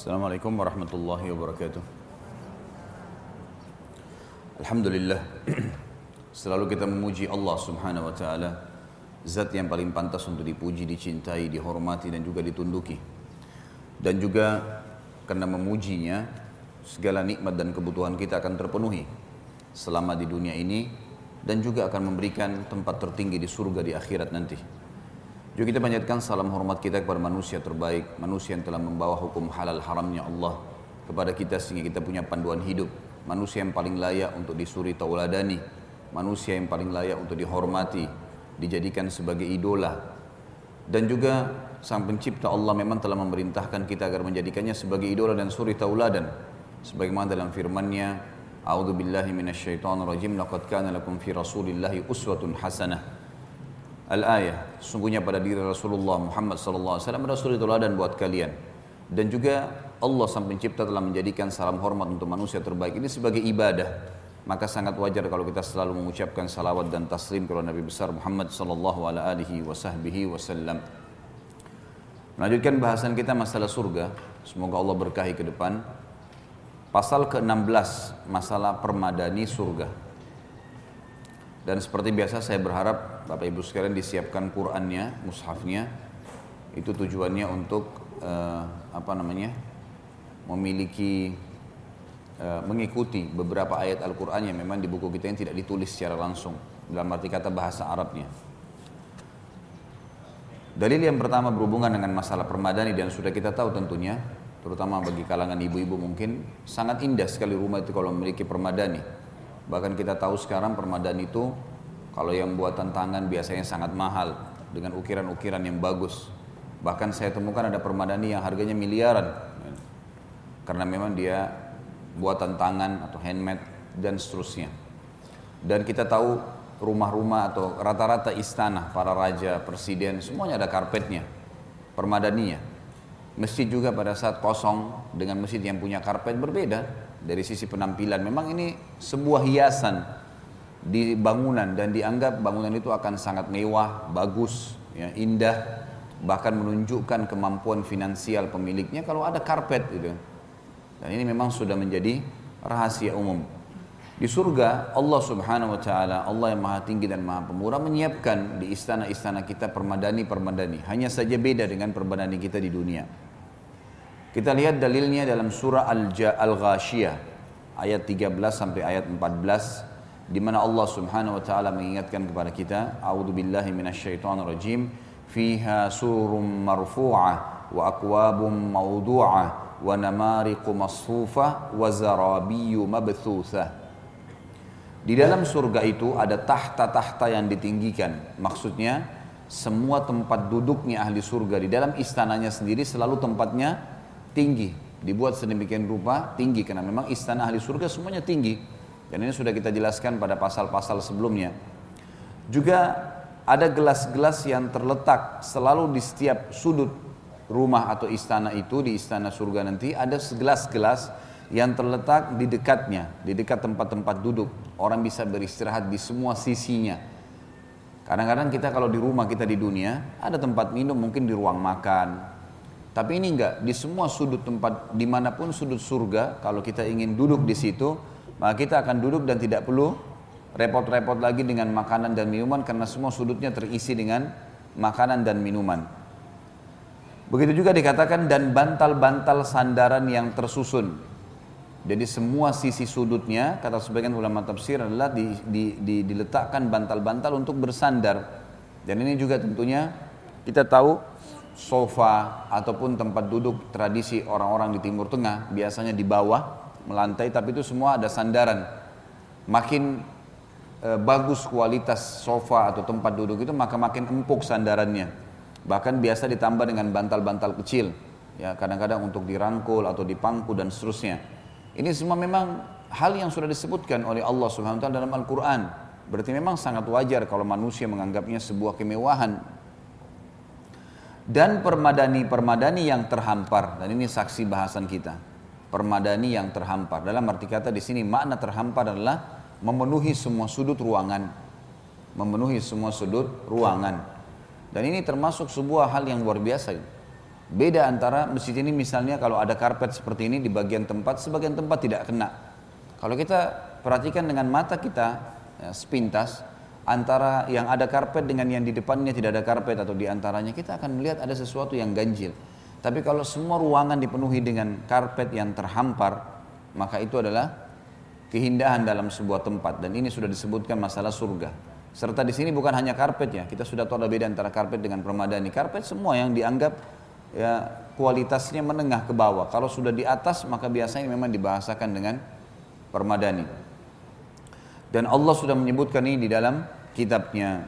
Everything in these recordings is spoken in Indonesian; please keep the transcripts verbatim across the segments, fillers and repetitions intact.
Assalamualaikum warahmatullahi wabarakatuh. Alhamdulillah, selalu kita memuji Allah subhanahu wa ta'ala, zat yang paling pantas untuk dipuji, dicintai, dihormati dan juga ditunduki. Dan juga karena memujinya, segala nikmat dan kebutuhan kita akan terpenuhi selama di dunia ini, dan juga akan memberikan tempat tertinggi di surga di akhirat nanti. Juga kita panjatkan salam hormat kita kepada manusia terbaik, manusia yang telah membawa hukum halal haramnya Allah kepada kita sehingga kita punya panduan hidup, manusia yang paling layak untuk disuri tauladani, manusia yang paling layak untuk dihormati, dijadikan sebagai idola. Dan juga sang pencipta Allah memang telah memerintahkan kita agar menjadikannya sebagai idola dan suri tauladan, sebagaimana dalam firman-Nya, A'udzu billahi minasyaitonir rajim, laqad kana lakum fi rasulillahi uswatun hasanah. Al-ayah, sungguhnya pada diri Rasulullah Muhammad sallallahu alaihi wasallam ada suri tauladan buat kalian. Dan juga Allah sang pencipta telah menjadikan salam hormat untuk manusia terbaik ini sebagai ibadah. Maka sangat wajar kalau kita selalu mengucapkan salawat dan taslim kepada Nabi besar Muhammad sallallahu alaihi wasallam. Melanjutkan bahasan kita masalah surga. Semoga Allah berkahi ke depan. Pasal ke enam belas, masalah permadani surga. Dan seperti biasa saya berharap Bapak Ibu sekalian disiapkan Qur'annya, mushafnya. Itu tujuannya untuk uh, apa namanya? memiliki uh, mengikuti beberapa ayat Al-Qur'an yang memang di buku kita yang tidak ditulis secara langsung dalam arti kata bahasa Arabnya. Dalil yang pertama berhubungan dengan masalah permadani, dan sudah kita tahu tentunya, terutama bagi kalangan ibu-ibu mungkin sangat indah sekali rumah itu kalau memiliki permadani. Bahkan kita tahu sekarang permadani itu kalau yang buatan tangan biasanya sangat mahal dengan ukiran-ukiran yang bagus. Bahkan saya temukan ada permadani yang harganya miliaran karena memang dia buatan tangan atau handmade dan seterusnya. Dan kita tahu rumah-rumah atau rata-rata istana para raja, presiden semuanya ada karpetnya, permadaninya. Masjid juga pada saat kosong dengan masjid yang punya karpet berbeda. Dari sisi penampilan memang ini sebuah hiasan di bangunan dan dianggap bangunan itu akan sangat mewah, bagus, ya, indah, bahkan menunjukkan kemampuan finansial pemiliknya kalau ada karpet gitu. Dan ini memang sudah menjadi rahasia umum. Di surga Allah subhanahu wa ta'ala, Allah yang maha tinggi dan maha pemurah, menyiapkan di istana-istana kita permadani-permadani. Hanya saja beda dengan permadani kita di dunia. Kita lihat dalilnya dalam surah Al-Ghashiyah ayat tiga belas sampai ayat empat belas, di mana Allah Subhanahu wa taala mengingatkan kepada kita, A'udzu billahi minasyaitonir rajim, fiha sururum marfu'ah wa akwabum mawdu'ah wa namariqu masfufah wa zarabiyyu mabthutsah. Di dalam surga itu ada tahta-tahta yang ditinggikan. Maksudnya semua tempat duduknya ahli surga di dalam istananya sendiri selalu tempatnya tinggi, dibuat sedemikian rupa tinggi karena memang istana ahli surga semuanya tinggi, dan ini sudah kita jelaskan pada pasal-pasal sebelumnya. Juga ada gelas-gelas yang terletak selalu di setiap sudut rumah atau istana itu, di istana surga nanti ada segelas-gelas yang terletak di dekatnya, di dekat tempat-tempat duduk. Orang bisa beristirahat di semua sisinya. Kadang-kadang kita kalau di rumah kita di dunia ada tempat minum mungkin di ruang makan. Tapi ini enggak, di semua sudut tempat, dimanapun sudut surga, kalau kita ingin duduk di situ, maka kita akan duduk dan tidak perlu repot-repot lagi dengan makanan dan minuman, karena semua sudutnya terisi dengan makanan dan minuman. Begitu juga dikatakan, dan bantal-bantal sandaran yang tersusun. Jadi semua sisi sudutnya, kata sebagian ulama tafsir adalah di, di, di, diletakkan bantal-bantal untuk bersandar. Dan ini juga tentunya kita tahu, sofa ataupun tempat duduk tradisi orang-orang di Timur Tengah biasanya di bawah melantai, tapi itu semua ada sandaran. Makin e, bagus kualitas sofa atau tempat duduk itu, maka makin empuk sandarannya. Bahkan biasa ditambah dengan bantal-bantal kecil, ya kadang-kadang untuk dirangkul atau dipangku dan seterusnya. Ini semua memang hal yang sudah disebutkan oleh Allah Subhanahu wa taala dalam Al-Qur'an. Berarti memang sangat wajar kalau manusia menganggapnya sebuah kemewahan. Dan permadani-permadani yang terhampar, dan ini saksi bahasan kita. Permadani yang terhampar, dalam arti kata di sini makna terhampar adalah memenuhi semua sudut ruangan, memenuhi semua sudut ruangan. Dan ini termasuk sebuah hal yang luar biasa. Beda antara masjid ini misalnya kalau ada karpet seperti ini di bagian tempat, sebagian tempat tidak kena. Kalau kita perhatikan dengan mata kita ya, sepintas antara yang ada karpet dengan yang di depannya tidak ada karpet atau di antaranya, kita akan melihat ada sesuatu yang ganjil. Tapi kalau semua ruangan dipenuhi dengan karpet yang terhampar, maka itu adalah keindahan dalam sebuah tempat. Dan ini sudah disebutkan masalah surga. Serta di sini bukan hanya karpet ya, kita sudah tahu ada beda antara karpet dengan permadani. Karpet semua yang dianggap ya kualitasnya menengah ke bawah. Kalau sudah di atas maka biasanya memang dibahasakan dengan permadani. Dan Allah sudah menyebutkan ini di dalam kitabnya.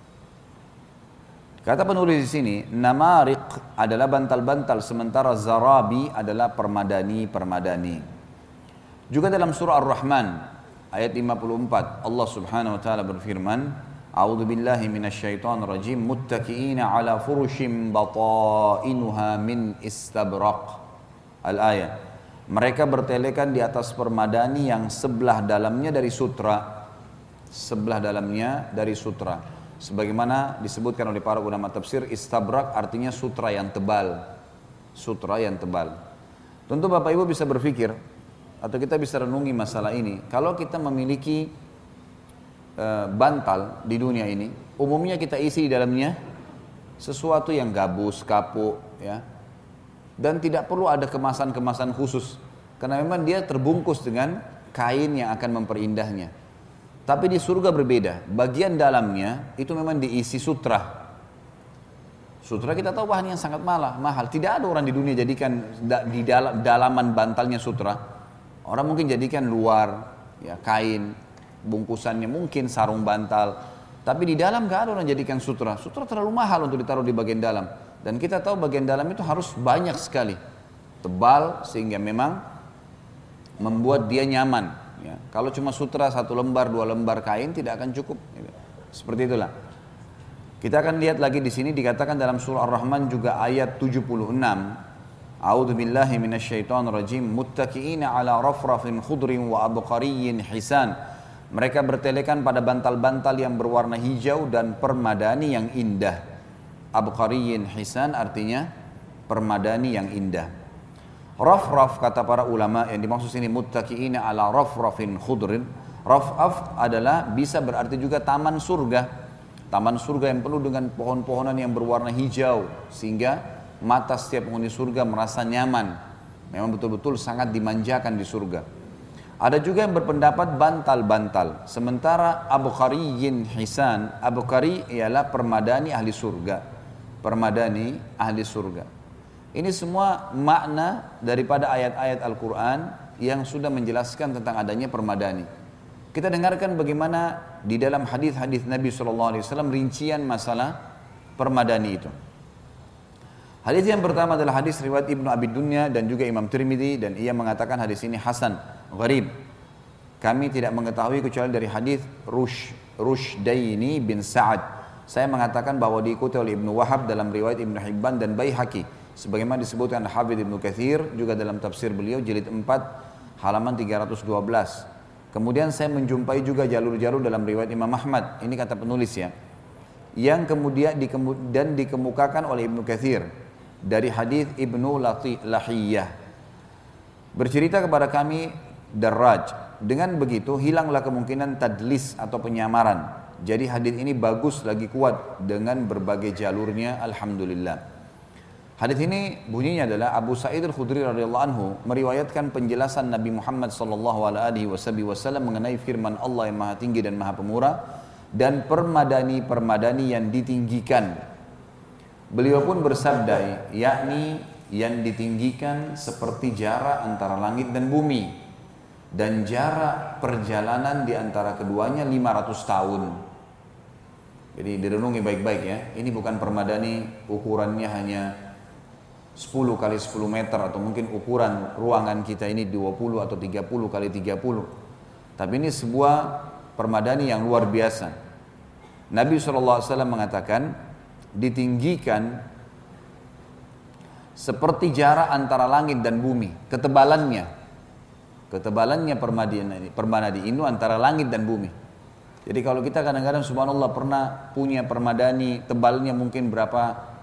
Kata penulis di sini, namariq adalah bantal-bantal, sementara zarabi adalah permadani-permadani. Juga dalam surah Ar-Rahman ayat lima puluh empat Allah Subhanahu wa taala berfirman, A'udzu billahi minasyaitonir rajim, muttaqiina 'ala furushin batainuha min istabraq. Al-ayat. Mereka bertelekan di atas permadani yang sebelah dalamnya dari sutra. Sebelah dalamnya dari sutra. Sebagaimana disebutkan oleh para ulama tafsir, istabrak artinya sutra yang tebal. Sutra yang tebal. Tentu Bapak Ibu bisa berpikir atau kita bisa renungi masalah ini. Kalau kita memiliki e, bantal di dunia ini, umumnya kita isi di dalamnya sesuatu yang gabus, kapuk, ya, dan tidak perlu ada kemasan-kemasan khusus, karena memang dia terbungkus dengan kain yang akan memperindahnya. Tapi di surga berbeda, bagian dalamnya itu memang diisi sutra. Sutra kita tahu bahan yang sangat mahal, mahal. Tidak ada orang di dunia jadikan di dalam dalaman bantalnya sutra. Orang mungkin jadikan luar, ya kain, bungkusannya mungkin sarung bantal. Tapi di dalam gak ada orang jadikan sutra. Sutra terlalu mahal untuk ditaruh di bagian dalam. Dan kita tahu bagian dalam itu harus banyak sekali. Tebal sehingga memang membuat dia nyaman. Ya. Kalau cuma sutra satu lembar, dua lembar kain tidak akan cukup. Seperti itulah. Kita akan lihat lagi di sini dikatakan dalam surah Ar-Rahman juga ayat tujuh puluh enam. A'udzu billahi minasyaitonir rajim, muttaqiina 'ala rafrafin khudrin wa abqariyyin hisan. Mereka bertelekan pada bantal-bantal yang berwarna hijau dan permadani yang indah. Abqariyyin hisan artinya permadani yang indah. Rafraf kata para ulama yang dimaksud sini muttaqiina 'ala rafrafin khudrin. Rafaf adalah bisa berarti juga taman surga. Taman surga yang penuh dengan pohon-pohonan yang berwarna hijau sehingga mata setiap penghuni surga merasa nyaman. Memang betul-betul sangat dimanjakan di surga. Ada juga yang berpendapat bantal-bantal. Sementara abqariyyin hisan, abqari ialah permadani ahli surga. Permadani ahli surga. Ini semua makna daripada ayat-ayat Al-Quran yang sudah menjelaskan tentang adanya permadani. Kita dengarkan bagaimana di dalam hadis-hadis Nabi shallallahu alaihi wasallam rincian masalah permadani itu. Hadis yang pertama adalah hadis riwayat Ibnu Abi Dunya dan juga Imam Tirmidzi, dan ia mengatakan hadis ini hasan, gharib. Kami tidak mengetahui kecuali dari hadis Rush Rushdaini bin Sa'ad. Saya mengatakan bahwa diikuti oleh Ibnu Wahab dalam riwayat Ibnu Hibban dan Baihaqi, sebagaimana disebutkan Hafidz Ibnu Katsir juga dalam tafsir beliau jilid empat halaman tiga ratus dua belas. Kemudian saya menjumpai juga jalur-jalur dalam riwayat Imam Ahmad. Ini kata penulis ya. Yang kemudian dikemu, dan dikemukakan oleh Ibnu Katsir dari hadis Ibnu Lahiyah. Bercerita kepada kami Darraj. Dengan begitu hilanglah kemungkinan tadlis atau penyamaran. Jadi hadis ini bagus lagi kuat dengan berbagai jalurnya, alhamdulillah. Hadis ini bunyinya adalah Abu Sa'id Al-Khudri radhiyallahu anhu meriwayatkan penjelasan Nabi Muhammad sallallahu alaihi wasallam mengenai firman Allah yang Maha Tinggi dan Maha Pemurah dan permadani-permadani yang ditinggikan. Beliau pun bersabda, yakni yang ditinggikan seperti jarak antara langit dan bumi, dan jarak perjalanan di antara keduanya lima ratus tahun. Jadi direnungi baik-baik ya. Ini bukan permadani ukurannya hanya sepuluh kali sepuluh meter atau mungkin ukuran ruangan kita ini dua puluh atau tiga puluh kali tiga puluh. Tapi ini sebuah permadani yang luar biasa. Nabi shallallahu alaihi wasallam mengatakan ditinggikan seperti jarak antara langit dan bumi, ketebalannya ketebalannya permadani permadani ini antara langit dan bumi. Jadi kalau kita kadang-kadang subhanallah pernah punya permadani tebalnya mungkin berapa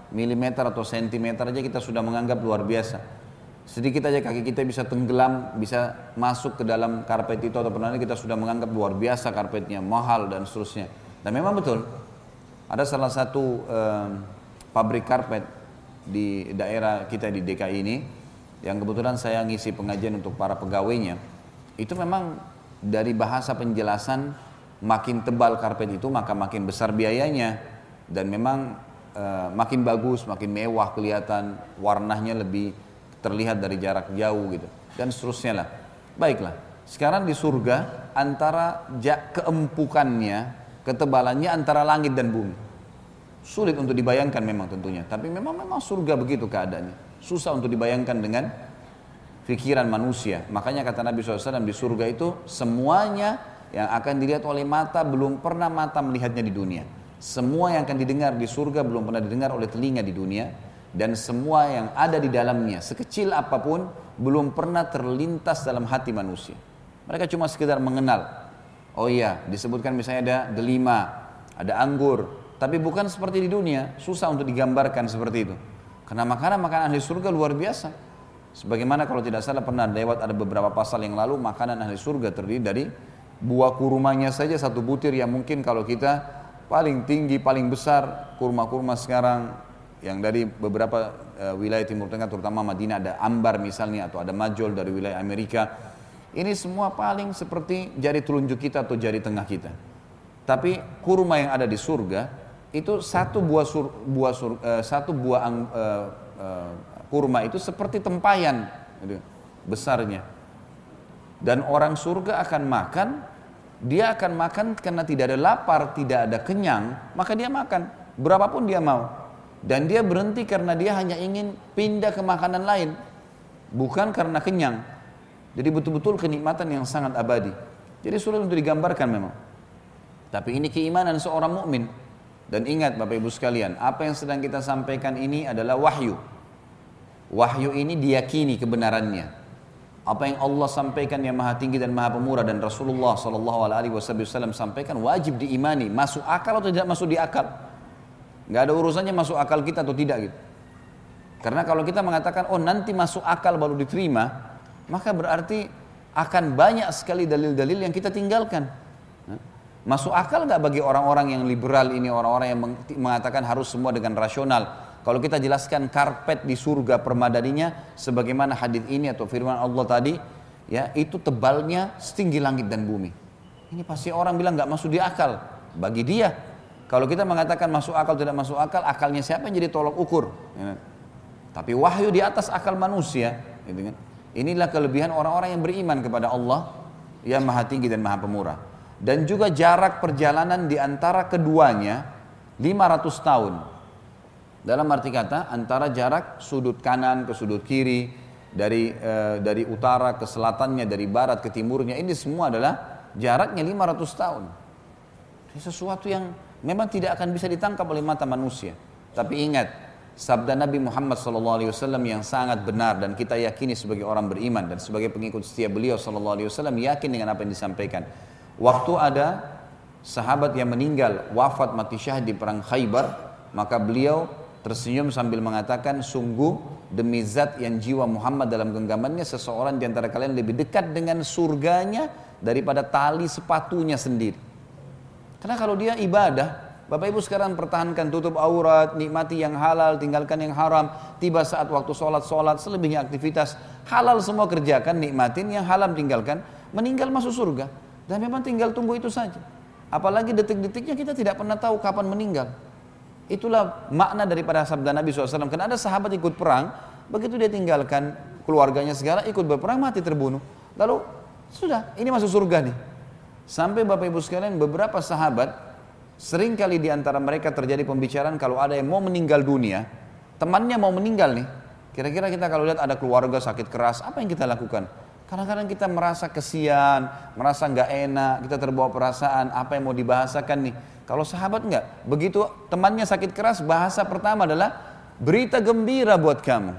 milimeter atau sentimeter aja kita sudah menganggap luar biasa. Sedikit aja kaki kita bisa tenggelam, bisa masuk ke dalam karpet itu atau pernah kita sudah menganggap luar biasa karpetnya, mahal dan seterusnya. Dan memang betul, ada salah satu eh, pabrik karpet di daerah kita di D K I ini, yang kebetulan saya ngisi pengajian untuk para pegawainya, itu memang dari bahasa penjelasan makin tebal karpet itu maka makin besar biayanya, dan memang e, makin bagus, makin mewah kelihatan, warnanya lebih terlihat dari jarak jauh gitu, dan seterusnya lah. Baiklah, sekarang di surga antara keempukannya, ketebalannya antara langit dan bumi. Sulit untuk dibayangkan memang tentunya, tapi memang memang surga begitu keadaannya. Susah untuk dibayangkan dengan pikiran manusia. Makanya kata Nabi shallallahu alaihi wasallam, di surga itu semuanya yang akan dilihat oleh mata belum pernah mata melihatnya di dunia. Semua yang akan didengar di surga belum pernah didengar oleh telinga di dunia. Dan semua yang ada di dalamnya, sekecil apapun, belum pernah terlintas dalam hati manusia. Mereka cuma sekedar mengenal. Oh iya, disebutkan misalnya ada delima, ada anggur. Tapi bukan seperti di dunia, susah untuk digambarkan seperti itu. Karena makanan-makanan ahli surga luar biasa. Sebagaimana kalau tidak salah pernah lewat ada beberapa pasal yang lalu, makanan ahli surga terdiri dari buah kurmanya saja satu butir yang mungkin kalau kita paling tinggi, paling besar kurma-kurma sekarang yang dari beberapa uh, wilayah Timur Tengah terutama Madinah, ada ambar misalnya, atau ada majol dari wilayah Amerika. Ini semua paling seperti jari telunjuk kita atau jari tengah kita. Tapi kurma yang ada di surga itu satu buah sur, buah sur, uh, satu buah ang, uh, uh, kurma itu seperti tempayan gitu, besarnya. Dan orang surga akan makan, dia akan makan karena tidak ada lapar, tidak ada kenyang, maka dia makan berapapun dia mau. Dan dia berhenti karena dia hanya ingin pindah ke makanan lain, bukan karena kenyang. Jadi betul-betul kenikmatan yang sangat abadi. Jadi sulit untuk digambarkan memang. Tapi ini keimanan seorang mukmin. Dan ingat Bapak Ibu sekalian, apa yang sedang kita sampaikan ini adalah wahyu. Wahyu ini diyakini kebenarannya. Apa yang Allah sampaikan yang maha tinggi dan maha pemurah dan Rasulullah Shallallahu Alaihi Wasallam sampaikan wajib diimani. Masuk akal atau tidak masuk di akal? Gak ada urusannya masuk akal kita atau tidak gitu. Karena kalau kita mengatakan oh nanti masuk akal baru diterima, maka berarti akan banyak sekali dalil-dalil yang kita tinggalkan. Masuk akal gak bagi orang-orang yang liberal ini, orang-orang yang mengatakan harus semua dengan rasional? Kalau kita jelaskan karpet di surga permadaninya, sebagaimana hadis ini atau firman Allah tadi, ya itu tebalnya setinggi langit dan bumi. Ini pasti orang bilang gak masuk di akal. Bagi dia, kalau kita mengatakan masuk akal tidak masuk akal, akalnya siapa yang jadi tolok ukur? Ya. Tapi wahyu di atas akal manusia. Gitu kan? Inilah kelebihan orang-orang yang beriman kepada Allah yang maha tinggi dan maha pemurah. Dan juga jarak perjalanan di antara keduanya lima ratus tahun. Dalam arti kata antara jarak sudut kanan ke sudut kiri, dari e, dari utara ke selatannya, dari barat ke timurnya, ini semua adalah jaraknya lima ratus tahun. Ini sesuatu yang memang tidak akan bisa ditangkap oleh mata manusia. Tapi ingat, sabda Nabi Muhammad shallallahu alaihi wasallam yang sangat benar dan kita yakini sebagai orang beriman dan sebagai pengikut setia beliau shallallahu alaihi wasallam yakin dengan apa yang disampaikan. Waktu ada sahabat yang meninggal, wafat mati syahid di perang Khaybar, maka beliau tersenyum sambil mengatakan, sungguh demi zat yang jiwa Muhammad dalam genggamannya, seseorang di antara kalian lebih dekat dengan surganya daripada tali sepatunya sendiri. Karena kalau dia ibadah, Bapak Ibu sekarang pertahankan tutup aurat, nikmati yang halal, tinggalkan yang haram. Tiba saat waktu sholat, sholat, selebihnya aktivitas halal semua kerjakan, nikmatin, yang haram tinggalkan, meninggal masuk surga. Dan memang tinggal tunggu itu saja. Apalagi detik-detiknya kita tidak pernah tahu kapan meninggal. Itulah makna daripada sabda Nabi shallallahu alaihi wasallam. Karena ada sahabat ikut perang, begitu dia tinggalkan keluarganya segala, ikut berperang, mati terbunuh. Lalu sudah, ini masuk surga nih. Sampai Bapak Ibu sekalian, beberapa sahabat, sering kali di antara mereka terjadi pembicaraan kalau ada yang mau meninggal dunia, temannya mau meninggal nih. Kira-kira kita kalau lihat ada keluarga sakit keras, apa yang kita lakukan? Kadang-kadang kita merasa kesian, merasa nggak enak, kita terbawa perasaan, apa yang mau dibahasakan nih. Kalau sahabat enggak, begitu temannya sakit keras, bahasa pertama adalah berita gembira buat kamu.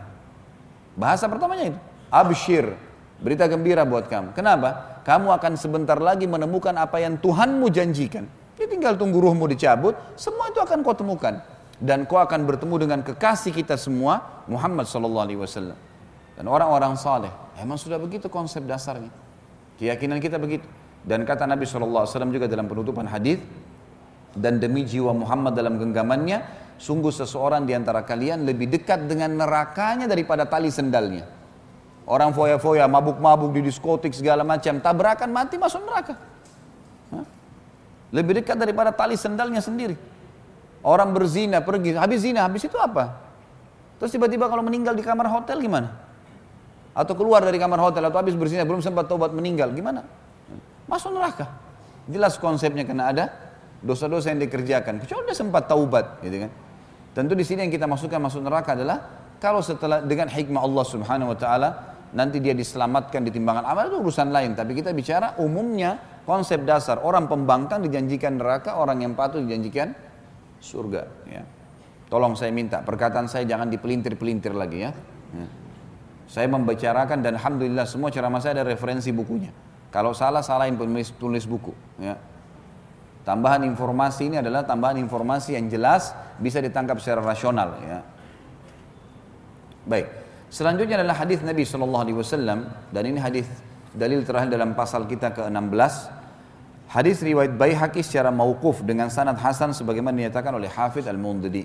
Bahasa pertamanya itu, abshir, berita gembira buat kamu. Kenapa? Kamu akan sebentar lagi menemukan apa yang Tuhanmu janjikan. Jadi tinggal tunggu ruhmu dicabut, semua itu akan kau temukan. dan kau akan bertemu dengan kekasih kita semua, Muhammad sallallahu alaihi wasallam. Dan orang-orang saleh, emang sudah begitu konsep dasarnya. Keyakinan kita begitu. Dan kata Nabi sallallahu alaihi wasallam juga dalam penutupan hadis, dan demi jiwa Muhammad dalam genggamannya, sungguh seseorang di antara kalian lebih dekat dengan nerakanya daripada tali sendalnya. Orang foya-foya, mabuk-mabuk di diskotik segala macam, tabrakan mati masuk neraka. Hah? Lebih dekat daripada tali sendalnya sendiri. Orang berzina pergi, habis zina, habis itu apa? Terus tiba-tiba kalau meninggal di kamar hotel gimana? Atau keluar dari kamar hotel atau habis berzina belum sempat taubat meninggal, gimana? Masuk neraka. Jelas konsepnya karena ada dosa-dosa yang dikerjakan. Kecuali dia sempat taubat, gitu kan? Tentu di sini yang kita masukkan masuk neraka adalah kalau setelah dengan hikmah Allah Subhanahu wa taala nanti dia diselamatkan di timbangan amal, itu urusan lain. Tapi kita bicara umumnya konsep dasar, orang pembangkang dijanjikan neraka, orang yang patuh dijanjikan surga, ya. Tolong saya minta perkataan saya jangan dipelintir-pelintir lagi, ya. Ya. Saya membicarakan dan alhamdulillah semua ceramah saya ada referensi bukunya. Kalau salah, salahin penulis tulis buku, ya. Tambahan informasi ini adalah tambahan informasi yang jelas bisa ditangkap secara rasional, ya. Baik. Selanjutnya adalah hadis Nabi sallallahu alaihi wasallam, dan ini hadis dalil terakhir dalam pasal kita ke enam belas. Hadis riwayat Baihaqi secara mauquf dengan sanad hasan sebagaimana dinyatakan oleh Hafidz Al-Mundhidi.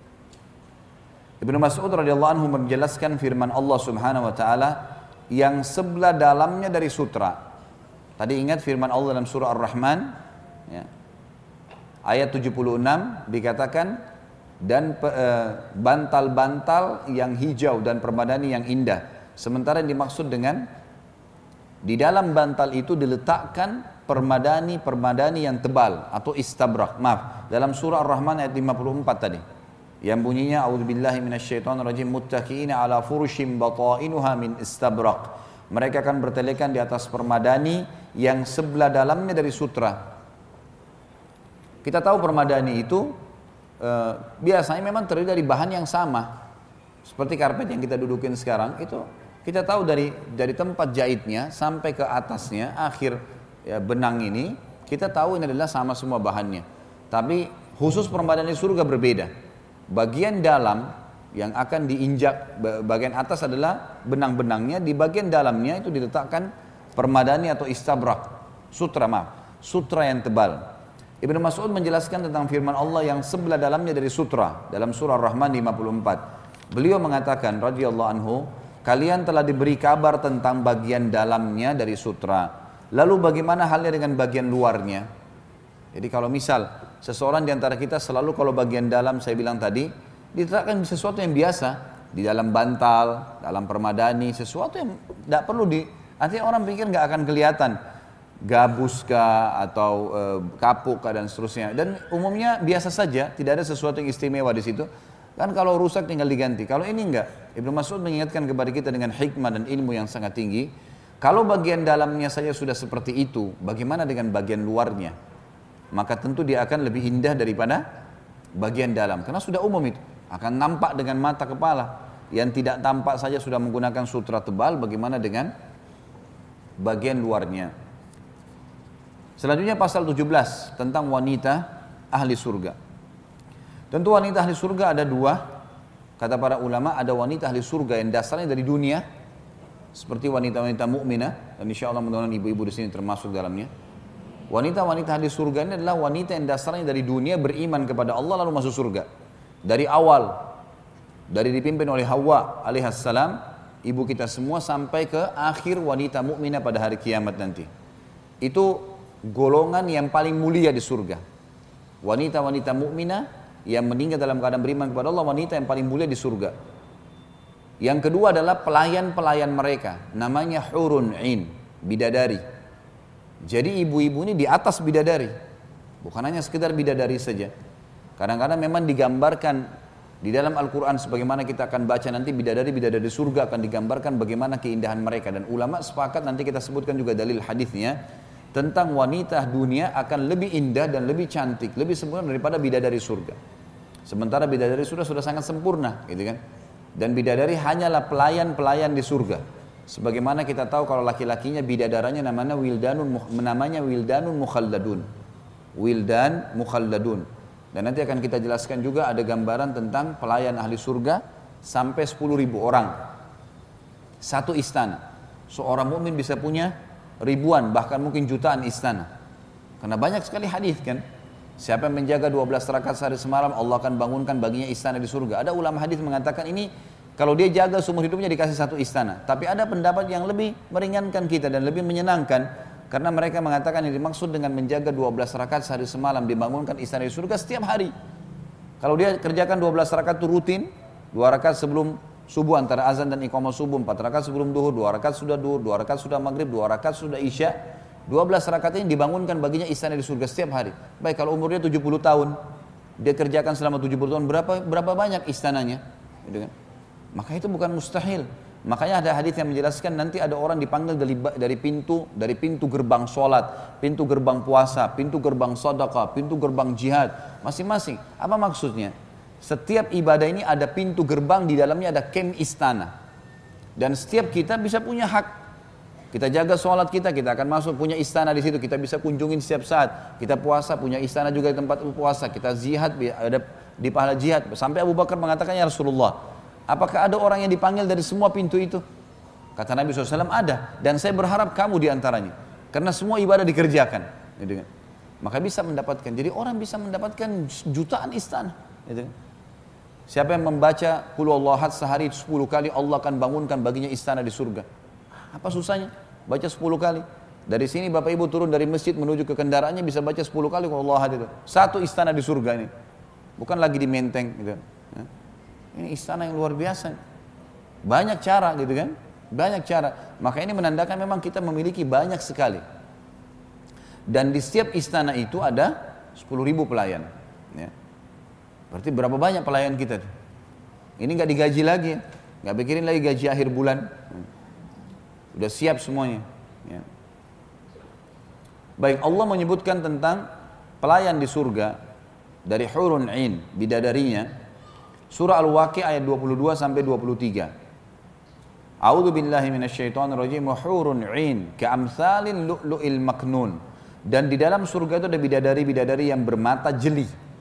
Ibnu Mas'ud radhiyallahu anhu menjelaskan firman Allah Subhanahu wa taala yang sebelah dalamnya dari sutra. Tadi ingat firman Allah dalam surah Ar-Rahman, ya. Ayat tujuh puluh enam dikatakan, dan bantal-bantal yang hijau dan permadani yang indah. Sementara yang dimaksud dengan di dalam bantal itu diletakkan permadani-permadani yang tebal atau istabrak. Maaf, dalam surah Ar-Rahman ayat lima puluh empat tadi. Yang bunyinya a'udzubillahi minasyaitonirrajim muttaqiina 'ala furushim batainuha min istabrak. Mereka akan bertelekan di atas permadani yang sebelah dalamnya dari sutra. Kita tahu permadani itu e, biasanya memang terdiri dari bahan yang sama. Seperti karpet yang kita dudukin sekarang itu kita tahu dari dari tempat jahitnya sampai ke atasnya akhir ya, benang ini kita tahu ini adalah sama semua bahannya. Tapi khusus permadani surga berbeda. Bagian dalam yang akan diinjak bagian atas adalah benang-benangnya, di bagian dalamnya itu diletakkan permadani atau istabrak, sutra maaf, sutra yang tebal. Ibnu Mas'ud menjelaskan tentang firman Allah yang sebelah dalamnya dari sutra dalam surah Ar-Rahman lima puluh empat. Beliau mengatakan radhiyallahu anhu, kalian telah diberi kabar tentang bagian dalamnya dari sutra. Lalu bagaimana halnya dengan bagian luarnya? Jadi kalau misal seseorang di antara kita selalu kalau bagian dalam saya bilang tadi diletakkan sesuatu yang biasa di dalam bantal, dalam permadani, sesuatu yang tidak perlu di, artinya orang pikir nggak akan kelihatan gabus kah atau e, kapuk kah dan seterusnya. Dan umumnya biasa saja, tidak ada sesuatu yang istimewa di situ. Kan kalau rusak tinggal diganti. Kalau ini enggak, Ibnu Mas'ud mengingatkan kepada kita dengan hikmah dan ilmu yang sangat tinggi. Kalau bagian dalamnya saja sudah seperti itu, bagaimana dengan bagian luarnya? Maka tentu dia akan lebih indah daripada bagian dalam. Karena sudah umum itu. Akan nampak dengan mata kepala. Yang tidak tampak saja sudah menggunakan sutra tebal, bagaimana dengan bagian luarnya? Selanjutnya pasal tujuh belas tentang wanita ahli surga. Tentu wanita ahli surga ada dua. Kata para ulama ada wanita ahli surga yang dasarnya dari dunia. Seperti wanita-wanita mukminah. Dan insya Allah mudah-mudahan ibu-ibu di sini termasuk dalamnya. Wanita-wanita ahli surga ini adalah wanita yang dasarnya dari dunia beriman kepada Allah lalu masuk surga. Dari awal, dari dipimpin oleh Hawa alaihassalam, ibu kita semua sampai ke akhir wanita mukminah pada hari kiamat nanti. Itu golongan yang paling mulia di surga. Wanita-wanita mukminah yang meninggal dalam keadaan beriman kepada Allah, wanita yang paling mulia di surga. Yang kedua adalah pelayan-pelayan mereka, namanya hurun ain, bidadari. Jadi ibu-ibu ini di atas bidadari, bukan hanya sekedar bidadari saja. Kadang-kadang memang digambarkan di dalam Al-Quran sebagaimana kita akan baca nanti bidadari-bidadari surga akan digambarkan bagaimana keindahan mereka. Dan ulama sepakat nanti kita sebutkan juga dalil hadisnya tentang wanita dunia akan lebih indah dan lebih cantik, lebih sempurna daripada bidadari surga. Sementara bidadari surga sudah sangat sempurna, gitu kan? Dan bidadari hanyalah pelayan-pelayan di surga. Sebagaimana kita tahu kalau laki-lakinya bidadaranya namanya wildanun namanya wildanun mukhalladun. Wildan mukhalladun. Dan nanti akan kita jelaskan juga ada gambaran tentang pelayan ahli surga sampai sepuluh ribu orang. Satu istana. Seorang mukmin bisa punya ribuan bahkan mungkin jutaan istana. Karena banyak sekali hadis kan. Siapa yang menjaga dua belas rakaat sehari semalam, Allah akan bangunkan baginya istana di surga. Ada ulama hadis mengatakan ini kalau dia jaga seumur hidupnya dikasih satu istana. Tapi ada pendapat yang lebih meringankan kita dan lebih menyenangkan. Karena mereka mengatakan yang dimaksud dengan menjaga dua belas rakaat sehari semalam dibangunkan istana di surga setiap hari. Kalau dia kerjakan dua belas rakaat itu rutin, dua rakaat sebelum subuh antara azan dan iqamah subuh, empat rakaat sebelum duhur, dua rakaat sudah duhur, dua rakaat sudah maghrib, dua rakaat sudah isya. dua belas rakaat ini dibangunkan baginya istana di surga setiap hari. Baik kalau umurnya tujuh puluh tahun, dia kerjakan selama tujuh puluh tahun, berapa berapa banyak istananya? Gitu kan? Maka itu bukan mustahil. Makanya ada hadis yang menjelaskan nanti ada orang dipanggil dari, dari pintu dari pintu gerbang sholat, pintu gerbang puasa, pintu gerbang sedekah, pintu gerbang jihad, masing-masing. Apa maksudnya? Setiap ibadah ini ada pintu gerbang, di dalamnya ada kem istana. Dan setiap kita bisa punya hak. Kita jaga sholat kita, kita akan masuk punya istana di situ. Kita bisa kunjungin setiap saat. Kita puasa punya istana juga di tempat puasa. Kita jihad ada di pahala jihad. Sampai Abu Bakar mengatakan, ya Rasulullah, apakah ada orang yang dipanggil dari semua pintu itu? Kata Nabi shallallahu alaihi wasallam, ada. Dan saya berharap kamu diantaranya. Karena semua ibadah dikerjakan. Gitu kan? Maka bisa mendapatkan. Jadi orang bisa mendapatkan jutaan istana. Gitu kan? Siapa yang membaca Qul Huwallahu Ahad sehari sepuluh kali, Allah akan bangunkan baginya istana di surga. Apa susahnya? Baca sepuluh kali. Dari sini Bapak Ibu turun dari masjid menuju ke kendaraannya bisa baca sepuluh kali Qul Huwallahu Ahad itu. Satu istana di surga ini. Bukan lagi di Menteng gitu. Ini istana yang luar biasa. Banyak cara gitu kan? Banyak cara. Maka ini menandakan memang kita memiliki banyak sekali. Dan di setiap istana itu ada sepuluh ribu pelayan. Ya. Berarti berapa banyak pelayan kita? Ini nggak digaji lagi, nggak pikirin lagi gaji akhir bulan. Sudah siap semuanya. Ya. Baik, Allah menyebutkan tentang pelayan di surga dari hurun ain, bidadarinya. Surah Al-Waqi ayat dua puluh dua sampai dua puluh tiga. A'udzu billahi minasyaitonir rajim. Wa hurun ain ka'amsalil lu'lu'il maknun. Dan di dalam surga itu ada bidadari-bidadari yang bermata jeli.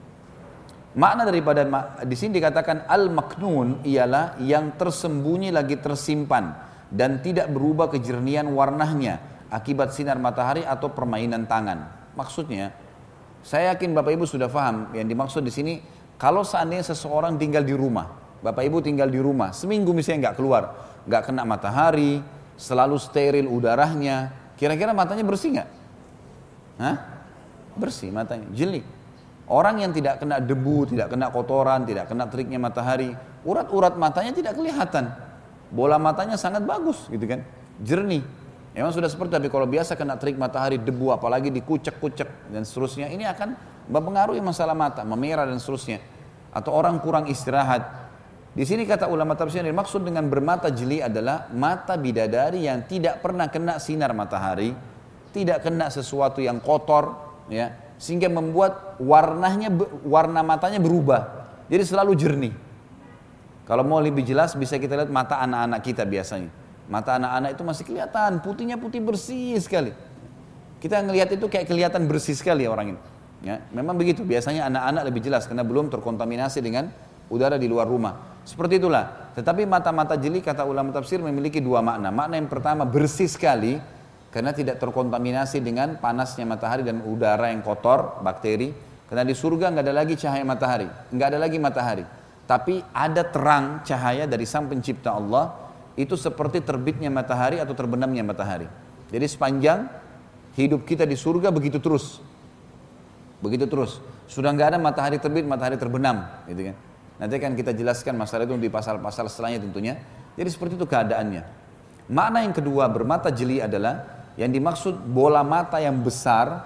Makna daripada di sini dikatakan al-maknun ialah yang tersembunyi lagi tersimpan dan tidak berubah kejernihan warnanya akibat sinar matahari atau permainan tangan. Maksudnya, saya yakin Bapak Ibu sudah paham yang dimaksud di sini. Kalau seandainya seseorang tinggal di rumah, Bapak Ibu tinggal di rumah, seminggu misalnya nggak keluar, nggak kena matahari, selalu steril udaranya, kira-kira matanya bersih nggak? Hah? Bersih matanya, jeli. Orang yang tidak kena debu, tidak kena kotoran, tidak kena teriknya matahari, urat-urat matanya tidak kelihatan. Bola matanya sangat bagus gitu kan, jernih. Memang sudah seperti, tapi kalau biasa kena terik matahari, debu, apalagi dikucek-kucek dan seterusnya, ini akan mempengaruhi masalah mata, memerah dan seterusnya. Atau orang kurang istirahat. Di sini kata ulama tafsir yang dimaksud dengan bermata jeli adalah mata bidadari yang tidak pernah kena sinar matahari, tidak kena sesuatu yang kotor, ya, sehingga membuat warnanya, warna matanya berubah. Jadi selalu jernih. Kalau mau lebih jelas bisa kita lihat mata anak-anak kita biasanya. Mata anak-anak itu masih kelihatan, putihnya putih bersih sekali. Kita ngelihat itu kayak kelihatan bersih sekali orang ini. Ya, memang begitu. Biasanya anak-anak lebih jelas karena belum terkontaminasi dengan udara di luar rumah. Seperti itulah. Tetapi mata-mata jeli kata ulama tafsir memiliki dua makna. Makna yang pertama bersih sekali karena tidak terkontaminasi dengan panasnya matahari dan udara yang kotor, bakteri. Karena di surga nggak ada lagi cahaya matahari, nggak ada lagi matahari. Tapi ada terang cahaya dari Sang Pencipta Allah, itu seperti terbitnya matahari atau terbenamnya matahari. Jadi sepanjang hidup kita di surga begitu terus. Begitu terus. Sudah nggak ada matahari terbit, matahari terbenam, gitu kan. Nanti akan kita jelaskan masalah itu di pasal-pasal setelahnya tentunya. Jadi seperti itu keadaannya. Makna yang kedua bermata jeli adalah yang dimaksud bola mata yang besar.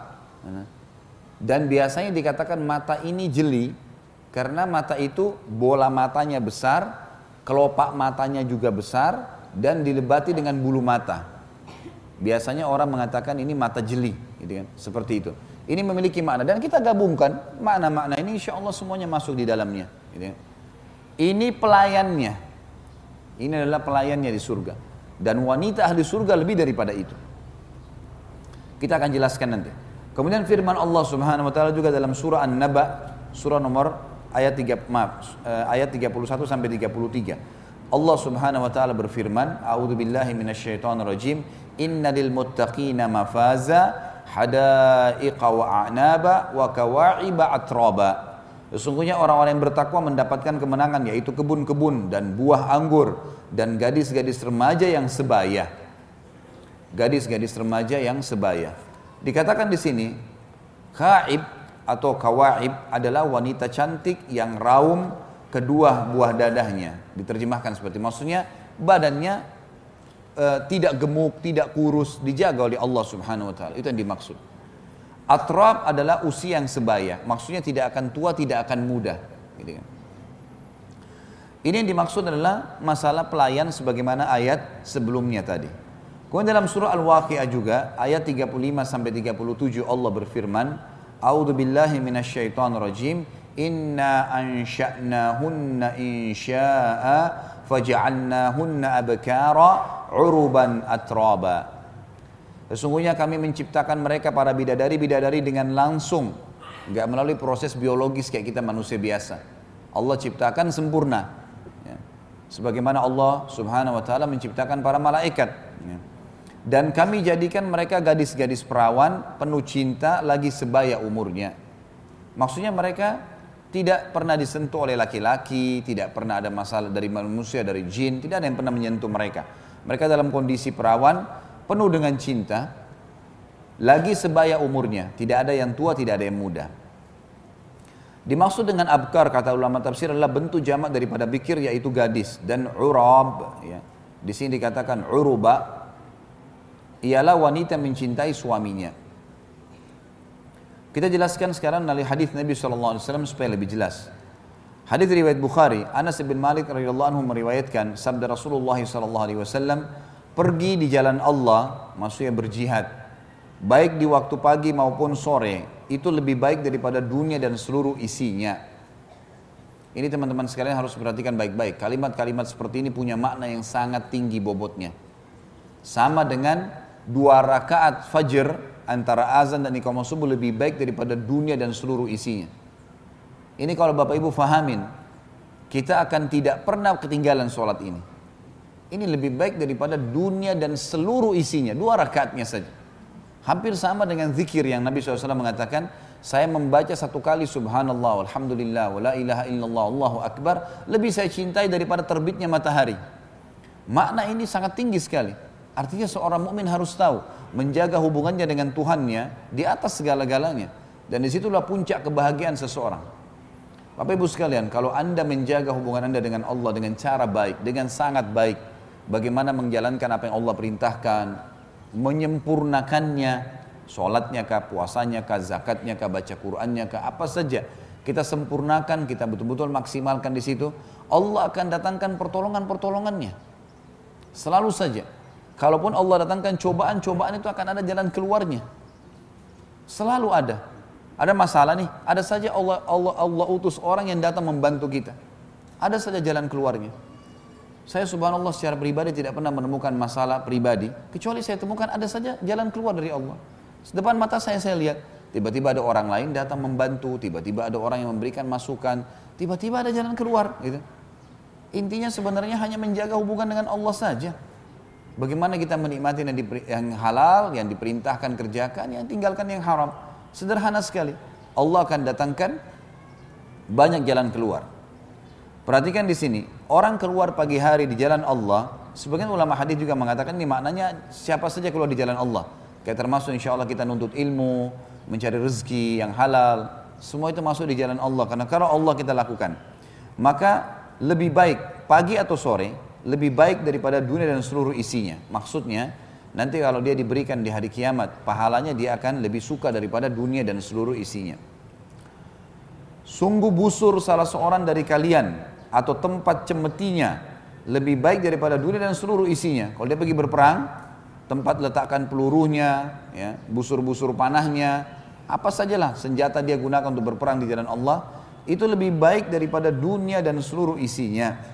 Dan biasanya dikatakan mata ini jeli karena mata itu bola matanya besar, kelopak matanya juga besar dan dilebati dengan bulu mata. Biasanya orang mengatakan ini mata jeli, gitu kan? Seperti itu. Ini memiliki makna dan kita gabungkan makna-makna ini, insya Allah semuanya masuk di dalamnya. Gitu kan? Ini pelayannya, ini adalah pelayannya di surga. Dan wanita ahli surga lebih daripada itu. Kita akan jelaskan nanti. Kemudian firman Allah Subhanahu Wa Taala juga dalam surah An-Naba surah nomor ayat tiga maaf, ayat tiga puluh satu sampai tiga puluh tiga. Allah Subhanahu wa taala berfirman, A'udzubillahi minasyaitonirrajim, innalil muttaqina mafaza hadaiqa wa a'naba wa kawa'iba atraba. Sesungguhnya orang-orang yang bertakwa mendapatkan kemenangan, yaitu kebun-kebun dan buah anggur dan gadis-gadis remaja yang sebaya. Gadis-gadis remaja yang sebaya. Dikatakan di sini, ka'ib atau kawaib adalah wanita cantik yang raum kedua buah dadahnya. Diterjemahkan seperti maksudnya badannya e, tidak gemuk, tidak kurus, dijaga oleh Allah Subhanahu wa taala. Itu yang dimaksud. Atrab adalah usia yang sebaya, maksudnya tidak akan tua, tidak akan muda, gitu kan. Ini yang dimaksud adalah masalah pelayan sebagaimana ayat sebelumnya tadi. Kemudian dalam surah Al-Waqi'ah juga ayat tiga puluh lima sampai tiga puluh tujuh Allah berfirman, A'udzubillahi minasyaitonirrajim, inna ansha'nahunna insya'a faja'alnahunna abkara 'uruban atraba. Sesungguhnya kami menciptakan mereka para bidadari-bidadari dengan langsung, enggak melalui proses biologis kayak kita manusia biasa. Allah ciptakan sempurna, ya. Sebagaimana Allah Subhanahu wa taala menciptakan para malaikat, ya. Dan kami jadikan mereka gadis-gadis perawan penuh cinta lagi sebaya umurnya. Maksudnya mereka tidak pernah disentuh oleh laki-laki, tidak pernah ada masalah dari manusia, dari jin, tidak ada yang pernah menyentuh mereka. Mereka dalam kondisi perawan penuh dengan cinta, lagi sebaya umurnya, tidak ada yang tua, tidak ada yang muda. Dimaksud dengan abkar, kata ulama tafsir, adalah bentuk jamak daripada bikir, yaitu gadis, dan urab, ya. Di sini dikatakan uruba, ialah wanita mencintai suaminya. Kita jelaskan sekarang dari hadis Nabi shallallahu alaihi wasallam supaya lebih jelas. Hadis riwayat Bukhari, Anas bin Malik radhiyallahu anhu meriwayatkan sabda Rasulullah shallallahu alaihi wasallam, pergi di jalan Allah, maksudnya berjihad, baik di waktu pagi maupun sore, itu lebih baik daripada dunia dan seluruh isinya. Ini teman-teman sekalian harus perhatikan baik-baik. Kalimat-kalimat seperti ini punya makna yang sangat tinggi bobotnya. Sama dengan dua rakaat fajr antara azan dan iqamah subuh lebih baik daripada dunia dan seluruh isinya. Ini kalau Bapak Ibu fahamin, kita akan tidak pernah ketinggalan sholat ini. Ini lebih baik daripada dunia dan seluruh isinya, dua rakaatnya saja. Hampir sama dengan zikir yang Nabi shallallahu alaihi wasallam mengatakan, saya membaca satu kali subhanallah, alhamdulillah, wa la ilaha illallah, Allahu akbar, lebih saya cintai daripada terbitnya matahari. Makna ini sangat tinggi sekali. Artinya seorang mukmin harus tahu, menjaga hubungannya dengan Tuhannya di atas segala-galanya. Dan disitulah puncak kebahagiaan seseorang. Bapak Ibu sekalian, kalau Anda menjaga hubungan Anda dengan Allah dengan cara baik, dengan sangat baik, bagaimana menjalankan apa yang Allah perintahkan, menyempurnakannya, sholatnya kah, puasanya kah, zakatnya kah, baca Qur'annya kah, apa saja kita sempurnakan, kita betul-betul maksimalkan di situ, Allah akan datangkan pertolongan-pertolongannya. Selalu saja. Kalaupun Allah datangkan cobaan-cobaan, itu akan ada jalan keluarnya. Selalu ada. Ada masalah nih, ada saja Allah Allah Allah utus orang yang datang membantu kita. Ada saja jalan keluarnya. Saya subhanallah secara pribadi tidak pernah menemukan masalah pribadi, kecuali saya temukan ada saja jalan keluar dari Allah. Depan mata saya saya lihat, tiba-tiba ada orang lain datang membantu, tiba-tiba ada orang yang memberikan masukan, tiba-tiba ada jalan keluar, gitu. Intinya sebenarnya hanya menjaga hubungan dengan Allah saja. Bagaimana kita menikmati yang, yang halal, yang diperintahkan kerjakan, yang tinggalkan yang haram. Sederhana sekali. Allah akan datangkan banyak jalan keluar. Perhatikan di sini, orang keluar pagi hari di jalan Allah, sebagian ulama hadis juga mengatakan ini maknanya siapa saja keluar di jalan Allah. Kayak termasuk insya Allah kita nuntut ilmu, mencari rezeki yang halal, semua itu masuk di jalan Allah. Karena kalau Allah kita lakukan, maka lebih baik pagi atau sore, lebih baik daripada dunia dan seluruh isinya. Maksudnya, nanti kalau dia diberikan di hari kiamat, pahalanya dia akan lebih suka daripada dunia dan seluruh isinya. Sungguh busur salah seorang dari kalian atau tempat cemetinya lebih baik daripada dunia dan seluruh isinya. Kalau dia pergi berperang, tempat letakkan pelurunya, ya, busur-busur panahnya, apa sajalah senjata dia gunakan untuk berperang di jalan Allah, itu lebih baik daripada dunia dan seluruh isinya.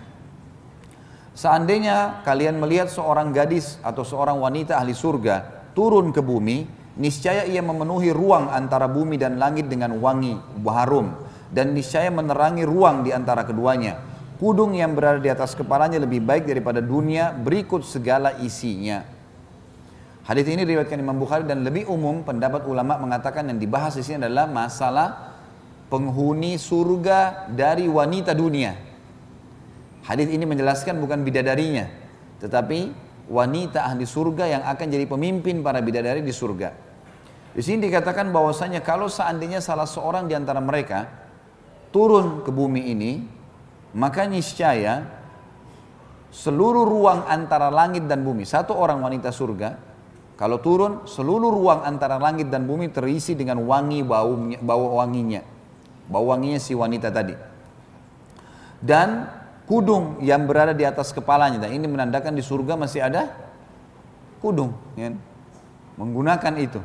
Seandainya kalian melihat seorang gadis atau seorang wanita ahli surga turun ke bumi, niscaya ia memenuhi ruang antara bumi dan langit dengan wangi, harum. dan niscaya menerangi ruang di antara keduanya. Kudung yang berada di atas kepalanya lebih baik daripada dunia berikut segala isinya. Hadis ini diriwayatkan Imam Bukhari, dan lebih umum pendapat ulama mengatakan yang dibahas di sini adalah masalah penghuni surga dari wanita dunia. Hadis ini menjelaskan bukan bidadarinya, tetapi wanita ahli surga yang akan jadi pemimpin para bidadari di surga. Di sini dikatakan bahwasanya kalau seandainya salah seorang di antara mereka turun ke bumi ini, maka niscaya seluruh ruang antara langit dan bumi, satu orang wanita surga kalau turun, seluruh ruang antara langit dan bumi terisi dengan wangi baunya, bau wanginya, bau wanginya si wanita tadi. Dan kudung yang berada di atas kepalanya, dan ini menandakan di surga masih ada kudung, ya, menggunakan itu.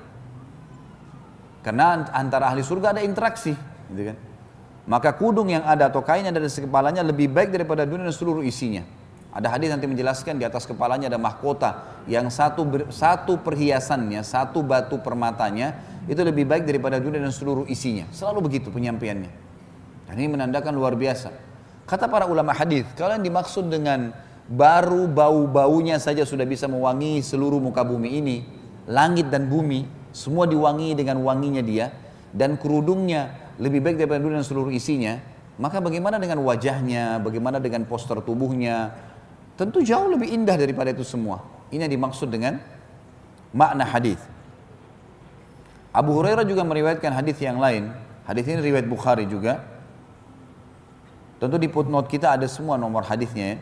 Karena antara ahli surga ada interaksi, gitu kan. Maka kudung yang ada atau kain yang ada di kepalanya lebih baik daripada dunia dan seluruh isinya. Ada hadis nanti menjelaskan di atas kepalanya ada mahkota yang satu ber, satu perhiasannya, satu batu permatanya itu lebih baik daripada dunia dan seluruh isinya. Selalu begitu penyampaiannya. Dan ini menandakan luar biasa. Kata para ulama hadis, kalau yang dimaksud dengan baru bau-baunya saja sudah bisa mewangi seluruh muka bumi ini, langit dan bumi semua diwangi dengan wanginya dia, dan kerudungnya lebih baik daripada dunia dan seluruh isinya, maka bagaimana dengan wajahnya, bagaimana dengan postur tubuhnya? Tentu jauh lebih indah daripada itu semua. Ini yang dimaksud dengan makna hadis. Abu Hurairah juga meriwayatkan hadis yang lain. Hadis ini riwayat Bukhari juga. Tentu di footnote kita ada semua nomor hadisnya, ya.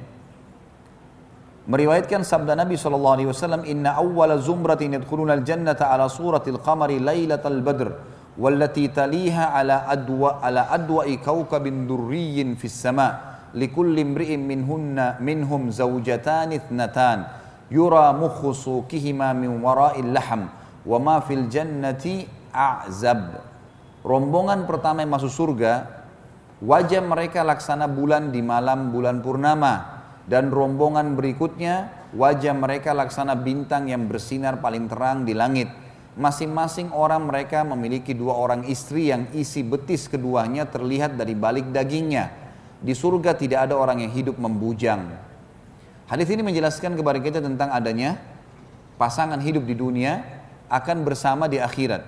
Meriwayatkan sabda Nabi sallallahu alaihi wasallam, "Inna awwala zumratin yadkhuluna al-jannata ala suratil qamari lailatal badr, wallati taliha ala adwa ala adwa'i kawkabin durriyyin fis sama'." Likulli imri'in minhunna minhum zawjatan ithnatan yura mukhu suqihima min wara'il laham wa ma fil jannati a'zab. Rombongan pertama yang masuk surga, wajah mereka laksana bulan di malam bulan purnama, dan rombongan berikutnya wajah mereka laksana bintang yang bersinar paling terang di langit. Masing-masing orang mereka memiliki dua orang istri yang isi betis keduanya terlihat dari balik dagingnya. Di surga tidak ada orang yang hidup membujang. Hadis ini menjelaskan kepada kita tentang adanya pasangan hidup di dunia akan bersama di akhirat.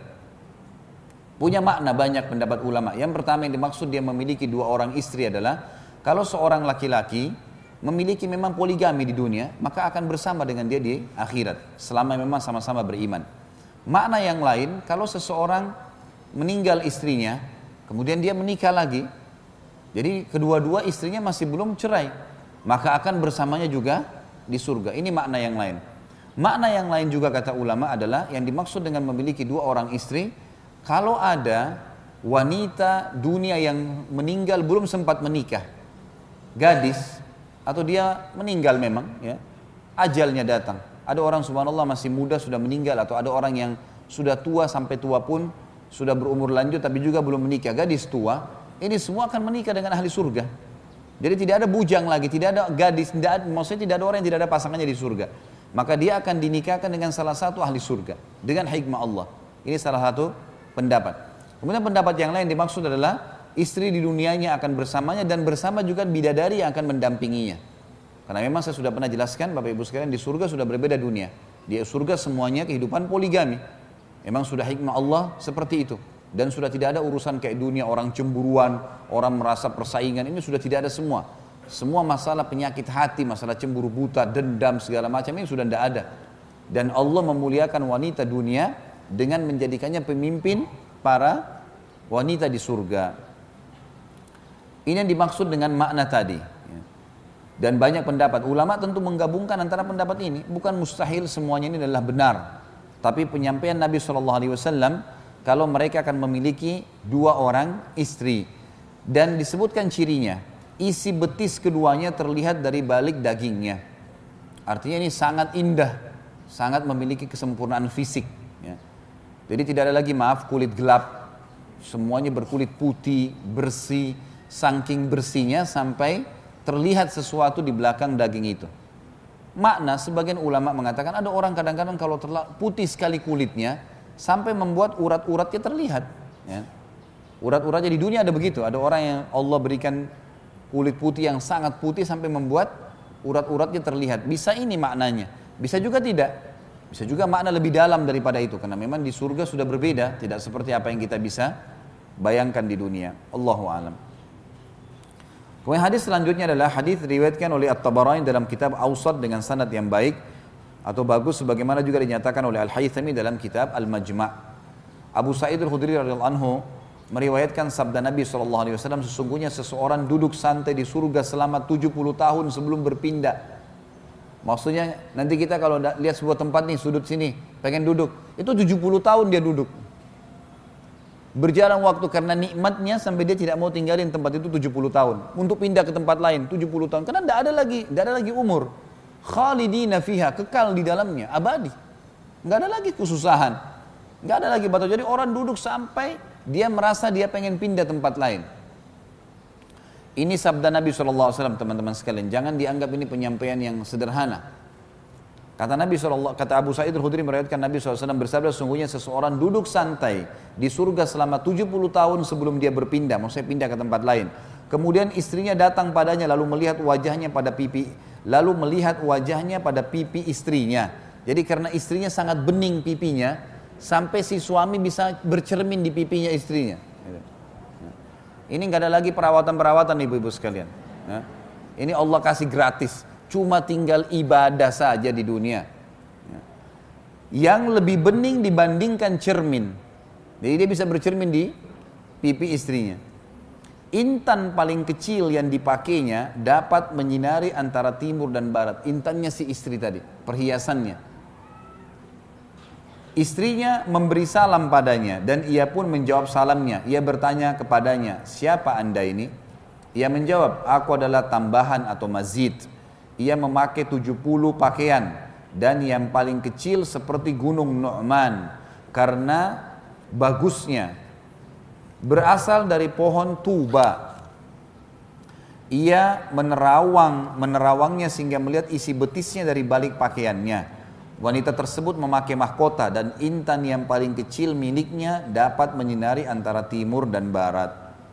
Punya makna banyak pendapat ulama. Yang pertama yang dimaksud dia memiliki dua orang istri adalah kalau seorang laki-laki memiliki memang poligami di dunia, maka akan bersama dengan dia di akhirat selama memang sama-sama beriman. Makna yang lain, kalau seseorang meninggal istrinya, kemudian dia menikah lagi, jadi kedua-dua istrinya masih belum cerai, maka akan bersamanya juga di surga. Ini makna yang lain. Makna yang lain juga kata ulama adalah yang dimaksud dengan memiliki dua orang istri, kalau ada wanita dunia yang meninggal belum sempat menikah, gadis, atau dia meninggal memang, ya, ajalnya datang. Ada orang subhanallah masih muda sudah meninggal, atau ada orang yang sudah tua sampai tua pun sudah berumur lanjut tapi juga belum menikah, gadis tua. Ini semua akan menikah dengan ahli surga. Jadi tidak ada bujang lagi, tidak ada gadis, tidak ada, maksudnya tidak ada orang yang tidak ada pasangannya di surga. Maka dia akan dinikahkan dengan salah satu ahli surga dengan hikmah Allah. Ini salah satu pendapat. Kemudian pendapat yang lain dimaksud adalah istri di dunianya akan bersamanya dan bersama juga bidadari yang akan mendampinginya. Karena memang saya sudah pernah jelaskan Bapak Ibu sekalian, di surga sudah berbeda dunia. Di surga semuanya kehidupan poligami. Memang sudah hikmah Allah seperti itu. Dan sudah tidak ada urusan kayak dunia orang cemburuan, orang merasa persaingan, ini sudah tidak ada semua. Semua masalah penyakit hati, masalah cemburu buta, dendam segala macam ini sudah tidak ada. Dan Allah memuliakan wanita dunia dengan menjadikannya pemimpin para wanita di surga. Ini yang dimaksud dengan makna tadi. Dan banyak pendapat ulama tentu menggabungkan antara pendapat ini. Bukan mustahil semuanya ini adalah benar. Tapi penyampaian Nabi shallallahu alaihi wasallam kalau mereka akan memiliki dua orang istri. Dan disebutkan cirinya, isi betis keduanya terlihat dari balik dagingnya. Artinya ini sangat indah, sangat memiliki kesempurnaan fisik, ya. Jadi tidak ada lagi maaf kulit gelap, semuanya berkulit putih, bersih, saking bersihnya sampai terlihat sesuatu di belakang daging itu. Makna sebagian ulama mengatakan ada orang kadang-kadang kalau terlalu putih sekali kulitnya, sampai membuat urat-uratnya terlihat, ya. Urat-uratnya di dunia ada begitu. Ada orang yang Allah berikan kulit putih yang sangat putih sampai membuat urat-uratnya terlihat. Bisa ini maknanya. Bisa juga tidak. Bisa juga makna lebih dalam daripada itu. Karena memang di surga sudah berbeda. Tidak seperti apa yang kita bisa bayangkan di dunia. Allahu a'lam. Kemudian hadis selanjutnya adalah hadis diriwayatkan oleh At-Tabarani dalam kitab Awsat dengan sanad yang baik atau bagus, sebagaimana juga dinyatakan oleh Al-Haythami dalam kitab Al-Majma'. Abu Sa'id Al-Khudri radhiyallahu anhu meriwayatkan sabda Nabi shallallahu alaihi wasallam, sesungguhnya seseorang duduk santai di surga selama tujuh puluh tahun sebelum berpindah. Maksudnya nanti kita kalau lihat sebuah tempat nih, sudut sini, pengen duduk, itu tujuh puluh tahun dia duduk. Berjalan waktu karena nikmatnya sampai dia tidak mau tinggalin tempat itu tujuh puluh tahun. Untuk pindah ke tempat lain tujuh puluh tahun, karena tidak ada lagi, tidak ada lagi umur. Khalidina fiha, kekal di dalamnya, abadi. Nggak ada lagi kesusahan, nggak ada lagi batu. Jadi orang duduk sampai dia merasa dia pengen pindah tempat lain. Ini sabda Nabi shallallahu alaihi wasallam, teman-teman sekalian. Jangan dianggap ini penyampaian yang sederhana. Kata Nabi shallallahu, kata Abu Sa'id Al-Khudri meriwayatkan Nabi shallallahu alaihi wasallam bersabda, sesungguhnya seseorang duduk santai di surga selama tujuh puluh tahun sebelum dia berpindah, maksudnya pindah ke tempat lain. Kemudian istrinya datang padanya lalu melihat wajahnya pada pipi, lalu melihat wajahnya pada pipi istrinya. Jadi karena istrinya sangat bening pipinya, sampai si suami bisa bercermin di pipinya istrinya. Ini nggak ada lagi perawatan-perawatan ibu-ibu sekalian. Ini Allah kasih gratis. Cuma tinggal ibadah saja di dunia. Yang lebih bening dibandingkan cermin. Jadi dia bisa bercermin di pipi istrinya. Intan paling kecil yang dipakainya dapat menyinari antara timur dan barat. Intannya si istri tadi, perhiasannya. Istrinya memberi salam padanya dan ia pun menjawab salamnya. Ia bertanya kepadanya, siapa anda ini? Ia menjawab, aku adalah tambahan atau mazid. Ia memakai tujuh puluh pakaian dan yang paling kecil seperti gunung Nu'man karena bagusnya. Berasal dari pohon tuba. Ia menerawang, menerawangnya sehingga melihat isi betisnya dari balik pakaiannya. Wanita tersebut memakai mahkota dan intan yang paling kecil miliknya dapat menyinari antara timur dan barat.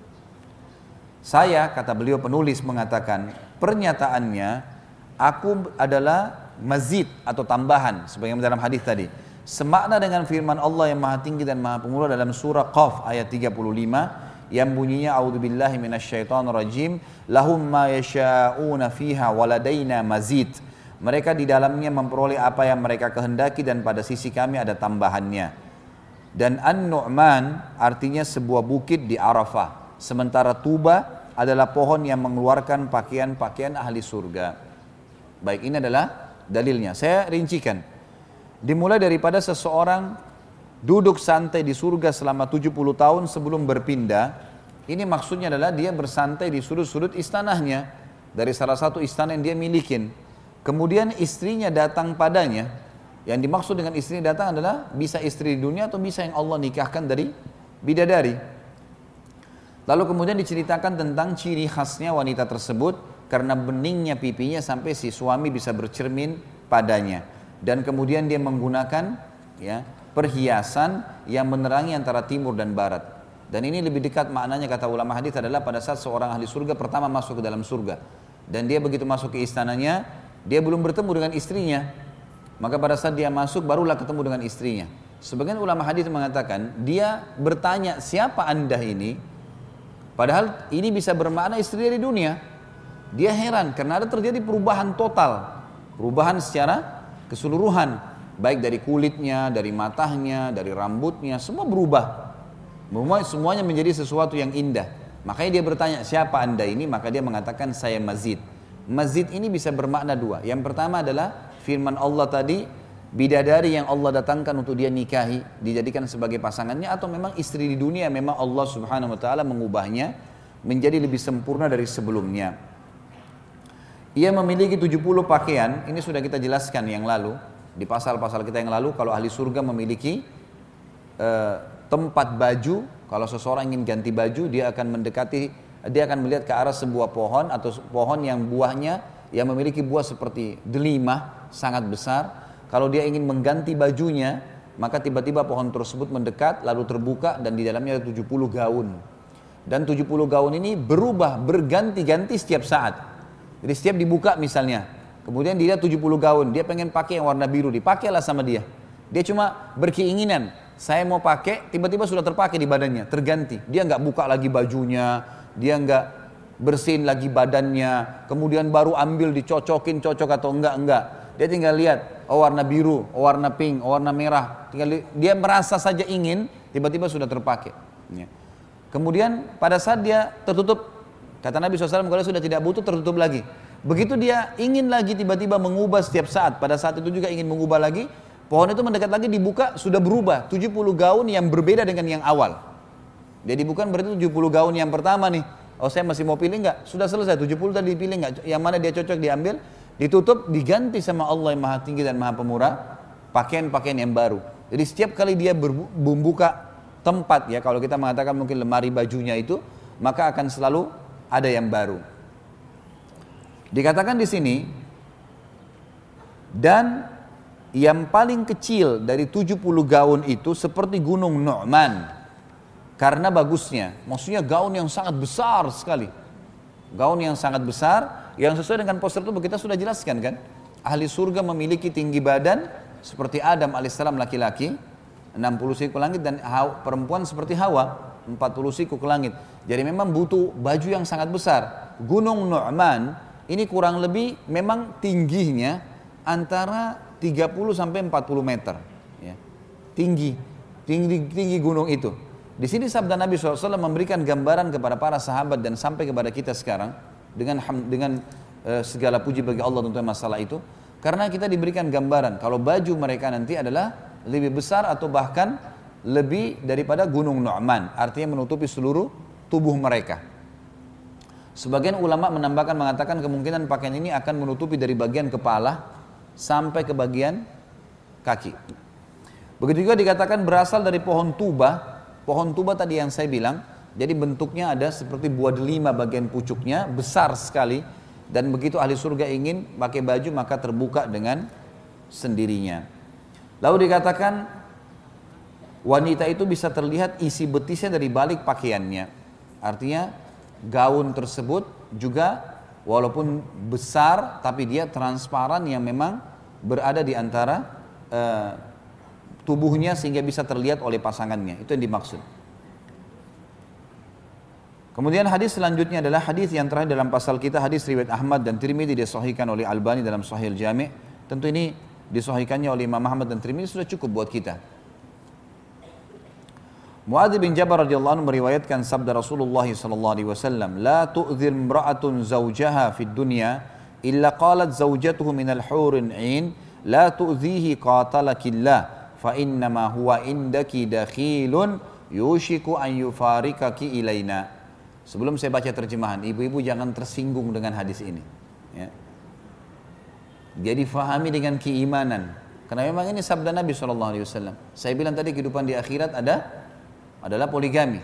Saya, kata beliau penulis mengatakan, pernyataannya, aku adalah mazid atau tambahan, sebagaimana dalam hadis tadi. Semakna dengan firman Allah yang maha tinggi dan maha pemurah dalam surah Qaf ayat tiga puluh lima, yang bunyinya, A'udzubillahi minasyaitonirrajim, lahum ma yasha'una fiha waladaina mazid. Mereka di dalamnya memperoleh apa yang mereka kehendaki dan pada sisi kami ada tambahannya. Dan An-Nu'man artinya sebuah bukit di Arafah. Sementara Tuba adalah pohon yang mengeluarkan pakaian-pakaian ahli surga. Baik, ini adalah dalilnya. Saya rincikan. Dimulai daripada seseorang duduk santai di surga selama tujuh puluh tahun sebelum berpindah. Ini maksudnya adalah dia bersantai di sudut-sudut istanahnya. Dari salah satu istana yang dia milikin. Kemudian istrinya datang padanya. Yang dimaksud dengan istrinya datang adalah bisa istri di dunia atau bisa yang Allah nikahkan dari bidadari. Lalu kemudian diceritakan tentang ciri khasnya wanita tersebut karena beningnya pipinya sampai si suami bisa bercermin padanya. Dan kemudian dia menggunakan ya, perhiasan yang menerangi antara timur dan barat. Dan ini lebih dekat maknanya kata ulama hadis adalah pada saat seorang ahli surga pertama masuk ke dalam surga. Dan dia begitu masuk ke istananya, dia belum bertemu dengan istrinya. Maka pada saat dia masuk barulah ketemu dengan istrinya. Sebagian ulama hadis mengatakan dia bertanya, siapa anda ini? Padahal ini bisa bermakna istri dari dunia. Dia heran karena ada terjadi perubahan total. Perubahan secara keseluruhan. Baik dari kulitnya, dari matanya, dari rambutnya, semua berubah. Semuanya menjadi sesuatu yang indah. Makanya dia bertanya, siapa anda ini? Maka dia mengatakan, saya mazid. Mazid ini bisa bermakna dua. Yang pertama adalah firman Allah tadi, bidadari yang Allah datangkan untuk dia nikahi, dijadikan sebagai pasangannya, atau memang istri di dunia, memang Allah subhanahu wa ta'ala mengubahnya menjadi lebih sempurna dari sebelumnya. Ia memiliki tujuh puluh pakaian, ini sudah kita jelaskan yang lalu, di pasal-pasal kita yang lalu, kalau ahli surga memiliki uh, tempat baju, kalau seseorang ingin ganti baju, dia akan mendekati, dia akan melihat ke arah sebuah pohon atau pohon yang buahnya yang memiliki buah seperti delima sangat besar. Kalau dia ingin mengganti bajunya, maka tiba-tiba pohon tersebut mendekat lalu terbuka dan di dalamnya ada tujuh puluh gaun. Dan tujuh puluh gaun ini berubah, berganti-ganti setiap saat. Jadi setiap dibuka misalnya, kemudian dia tujuh puluh gaun, dia pengen pakai yang warna biru, dipakailah sama dia. Dia cuma berkeinginan, saya mau pakai, tiba-tiba sudah terpakai di badannya, terganti. Dia nggak buka lagi bajunya, dia nggak bersihin lagi badannya, kemudian baru ambil dicocokin, cocok atau enggak, enggak. Dia tinggal lihat, oh warna biru, oh warna pink, oh warna merah. Tinggal dia merasa saja ingin, tiba-tiba sudah terpakai. Ya. Kemudian pada saat dia tertutup, kata Nabi shallallahu alaihi wasallam, kalau sudah tidak butuh tertutup lagi. Begitu dia ingin lagi tiba-tiba mengubah setiap saat, pada saat itu juga ingin mengubah lagi, pohon itu mendekat lagi dibuka, sudah berubah. tujuh puluh gaun yang berbeda dengan yang awal. Dia dibuka berarti tujuh puluh gaun yang pertama nih. Oh saya masih mau pilih enggak? Sudah selesai, tujuh puluh tadi dipilih enggak? Yang mana dia cocok diambil, ditutup, diganti sama Allah yang maha tinggi dan maha pemurah, pakaian-pakaian yang baru. Jadi setiap kali dia membuka tempat, ya kalau kita mengatakan mungkin lemari bajunya itu, maka akan selalu ada yang baru. Dikatakan di sini, dan yang paling kecil dari tujuh puluh gaun itu seperti gunung Nu'man. Karena bagusnya, maksudnya gaun yang sangat besar sekali. Gaun yang sangat besar, yang sesuai dengan poster itu kita sudah jelaskan kan. Ahli surga memiliki tinggi badan seperti Adam alaihissalam laki-laki, enam puluh siku ke langit, dan perempuan seperti Hawa, empat puluh siku ke langit. Jadi memang butuh baju yang sangat besar. Gunung Nu'man ini kurang lebih memang tingginya antara tiga puluh sampai empat puluh meter. Ya. Tinggi, tinggi, tinggi gunung itu. Di sini sabda Nabi shallallahu alaihi wasallam memberikan gambaran kepada para sahabat dan sampai kepada kita sekarang dengan dengan uh, segala puji bagi Allah tentang masalah itu, karena kita diberikan gambaran kalau baju mereka nanti adalah lebih besar atau bahkan lebih daripada gunung Nu'man, artinya menutupi seluruh tubuh mereka. Sebagian ulama menambahkan mengatakan kemungkinan pakaian ini akan menutupi dari bagian kepala sampai ke bagian kaki. Begitu juga dikatakan berasal dari pohon tuba. Pohon tuba tadi yang saya bilang, jadi bentuknya ada seperti buah delima bagian pucuknya, besar sekali. Dan begitu ahli surga ingin pakai baju maka terbuka dengan sendirinya. Lalu dikatakan wanita itu bisa terlihat isi betisnya dari balik pakaiannya. Artinya gaun tersebut juga walaupun besar tapi dia transparan yang memang berada di antara uh, tubuhnya sehingga bisa terlihat oleh pasangannya. Itu yang dimaksud. Kemudian hadis selanjutnya adalah hadis yang terakhir dalam pasal kita, hadis riwayat Ahmad dan Tirmidzi, disahihkan oleh Albani dalam Sahih Al-Jami'. Tentu ini disahihkannya oleh Imam Ahmad dan Tirmidzi sudah cukup buat kita. Muadz bin Jabal radhiyallahu anhu meriwayatkan sabda Rasulullah sallallahu alaihi wasallam, "La tu'dhil imra'atun zawjaha fid dunya illa qalat zawjatuhu minal hurin 'ain, la tu'dhihi qatalakillah." Fa innama huwa indaki dakhilun yushiku an yufarikaki ilaina. Sebelum saya baca terjemahan, ibu-ibu jangan tersinggung dengan hadis ini. Ya. Jadi fahami dengan keimanan. Karena memang ini sabda Nabi shallallahu alaihi wasallam. Saya bilang tadi kehidupan di akhirat ada adalah poligami.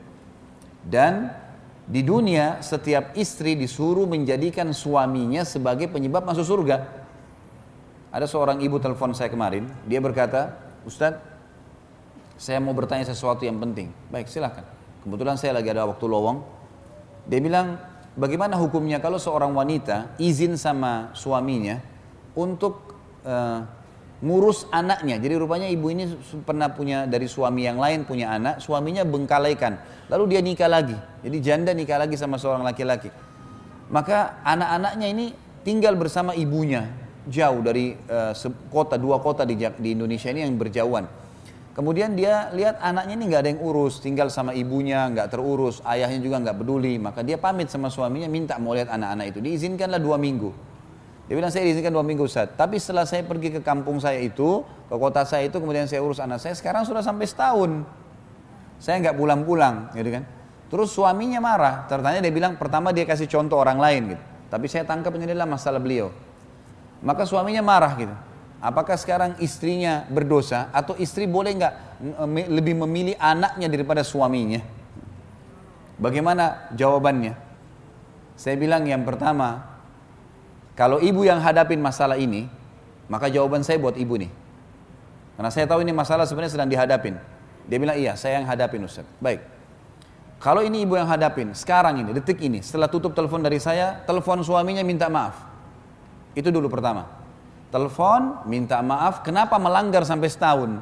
Dan di dunia setiap istri disuruh menjadikan suaminya sebagai penyebab masuk surga. Ada seorang ibu telepon saya kemarin, dia berkata, "Ustadz, saya mau bertanya sesuatu yang penting." Baik, silakan. Kebetulan saya lagi ada waktu lowong. Dia bilang, bagaimana hukumnya kalau seorang wanita izin sama suaminya untuk uh, ngurus anaknya. Jadi rupanya ibu ini pernah punya dari suami yang lain punya anak, suaminya bengkalaikan. Lalu dia nikah lagi. Jadi janda nikah lagi sama seorang laki-laki. Maka anak-anaknya ini tinggal bersama ibunya. Jauh dari uh, kota, dua kota di, di Indonesia ini yang berjauhan. Kemudian dia lihat anaknya ini nggak ada yang urus, tinggal sama ibunya, nggak terurus, ayahnya juga nggak peduli. Maka dia pamit sama suaminya, minta mau lihat anak-anak itu. Diizinkanlah dua minggu. Dia bilang, saya diizinkan dua minggu Ustaz. Tapi setelah saya pergi ke kampung saya itu, ke kota saya itu, kemudian saya urus anak saya, sekarang sudah sampai setahun. Saya nggak pulang-pulang, gitu kan. Terus suaminya marah. Ternyata dia bilang, pertama dia kasih contoh orang lain, gitu. Tapi saya tangkap ini adalah masalah beliau. Maka suaminya marah gitu. Apakah sekarang istrinya berdosa atau istri boleh nggak lebih memilih anaknya daripada suaminya? Bagaimana jawabannya? Saya bilang yang pertama, kalau ibu yang hadapin masalah ini, maka jawaban saya buat ibu nih. Karena saya tahu ini masalah sebenarnya sedang dihadapin. Dia bilang, iya saya yang hadapin Ustaz. Baik. Kalau ini ibu yang hadapin, sekarang ini, detik ini, setelah tutup telepon dari saya, telepon suaminya minta maaf. Itu dulu pertama. Telepon, minta maaf, kenapa melanggar sampai setahun?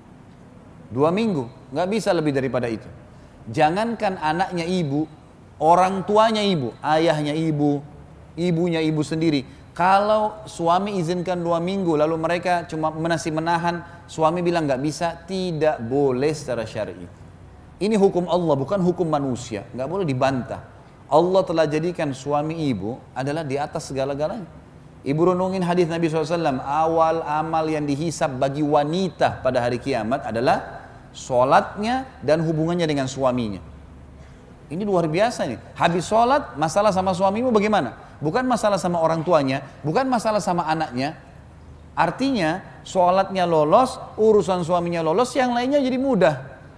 Dua minggu, nggak bisa lebih daripada itu. Jangankan anaknya ibu, orang tuanya ibu, ayahnya ibu, ibunya ibu sendiri. Kalau suami izinkan dua minggu, lalu mereka cuma masih menahan, suami bilang nggak bisa, tidak boleh secara syar'i. Ini hukum Allah, bukan hukum manusia. Nggak boleh dibantah. Allah telah jadikan suami ibu adalah di atas segala-galanya. Ibu renungin hadis Nabi shallallahu alaihi wasallam. Awal amal yang dihisab bagi wanita pada hari kiamat adalah sholatnya dan hubungannya dengan suaminya. Ini luar biasa nih. Habis sholat, masalah sama suamimu bagaimana? Bukan masalah sama orang tuanya, bukan masalah sama anaknya. Artinya, sholatnya lolos, urusan suaminya lolos, yang lainnya jadi mudah.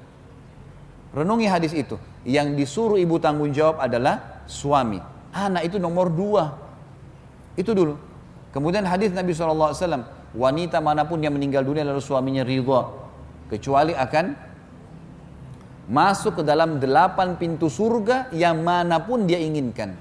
Renungi hadis itu. Yang disuruh ibu tanggung jawab adalah suami. Anak itu nomor dua. Itu dulu. Kemudian hadis Nabi shallallahu alaihi wasallam. Wanita manapun yang meninggal dunia lalu suaminya ridha, kecuali akan masuk ke dalam delapan pintu surga yang manapun dia inginkan.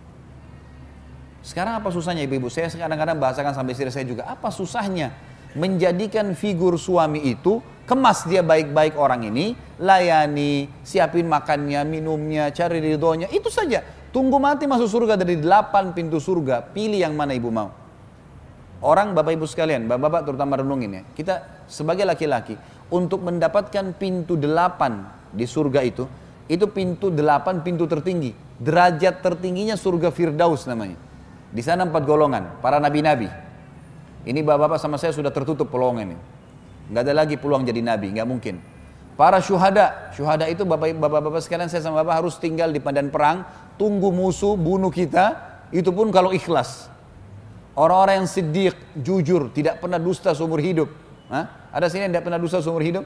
Sekarang apa susahnya ibu-ibu? Saya kadang-kadang bahasakan sampai istri saya juga. Apa susahnya menjadikan figur suami itu, kemas dia baik-baik orang ini, layani, siapin makannya, minumnya, cari ridhonya, itu saja. Tunggu mati masuk surga dari delapan pintu surga, pilih yang mana ibu mau. Orang bapak ibu sekalian, bapak-bapak terutama renungin ya, kita sebagai laki-laki, untuk mendapatkan pintu delapan di surga itu, itu pintu delapan, pintu tertinggi. Derajat tertingginya surga Firdaus namanya. Di sana empat golongan, para nabi-nabi. Ini bapak-bapak sama saya sudah tertutup peluang ini. Nggak ada lagi peluang jadi nabi, nggak mungkin. Para syuhada, syuhada itu bapak-bapak sekalian, saya sama bapak harus tinggal di medan perang, tunggu musuh bunuh kita, itu pun kalau ikhlas. Orang-orang yang siddiq, jujur, tidak pernah dusta seumur hidup. Hah? Ada sini yang tidak pernah dusta seumur hidup?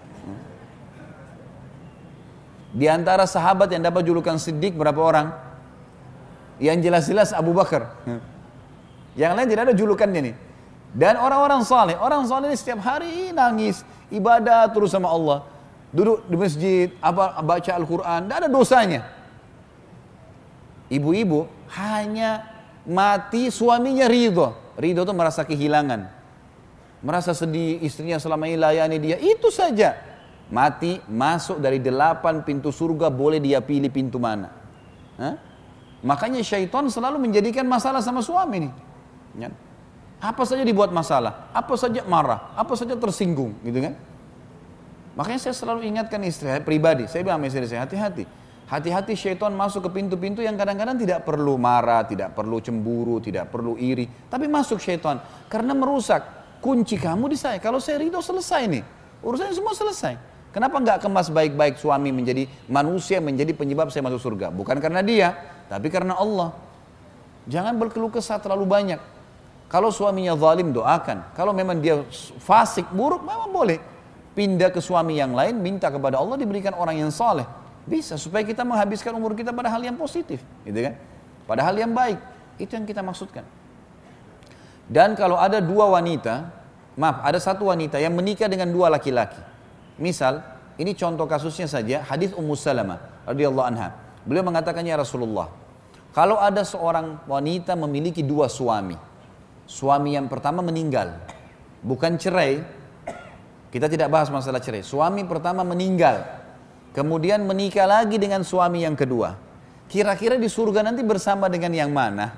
Di antara sahabat yang dapat julukan siddiq berapa orang? Yang jelas-jelas Abu Bakar. Yang lain tidak ada julukannya nih. Dan orang-orang saleh, orang saleh ini setiap hari nangis, ibadah terus sama Allah. Duduk di masjid, apa baca Al-Quran, tidak ada dosanya. Ibu-ibu hanya mati suaminya ridho. Ridho itu merasa kehilangan. Merasa sedih, istrinya selama ini layani dia, itu saja. Mati, masuk dari delapan pintu surga, boleh dia pilih pintu mana. Hah? Makanya syaitan selalu menjadikan masalah sama suami nih. Ya. Apa saja dibuat masalah, apa saja marah, apa saja tersinggung, gitu kan? Makanya saya selalu ingatkan istri saya pribadi, saya bilang sama istri saya, hati-hati. Hati-hati syaitan masuk ke pintu-pintu yang kadang-kadang tidak perlu marah, tidak perlu cemburu, tidak perlu iri. Tapi masuk syaitan, karena merusak. Kunci kamu di saya, kalau saya ridho selesai nih. Urusannya semua selesai. Kenapa nggak kemas baik-baik suami menjadi manusia, menjadi penyebab saya masuk surga? Bukan karena dia, tapi karena Allah. Jangan berkeluh kesah terlalu banyak. Kalau suaminya zalim, doakan. Kalau memang dia fasik, buruk, memang boleh. Pindah ke suami yang lain, minta kepada Allah diberikan orang yang saleh. Bisa, supaya kita menghabiskan umur kita pada hal yang positif. Gitu kan? Pada hal yang baik. Itu yang kita maksudkan. Dan kalau ada dua wanita, maaf, ada satu wanita yang menikah dengan dua laki-laki. Misal, ini contoh kasusnya saja, hadis Ummu Salamah radhiyallahu anha. Beliau mengatakan, ya Rasulullah, kalau ada seorang wanita memiliki dua suami, suami yang pertama meninggal, bukan cerai, kita tidak bahas masalah cerai, suami pertama meninggal, kemudian menikah lagi dengan suami yang kedua, kira-kira di surga nanti bersama dengan yang mana?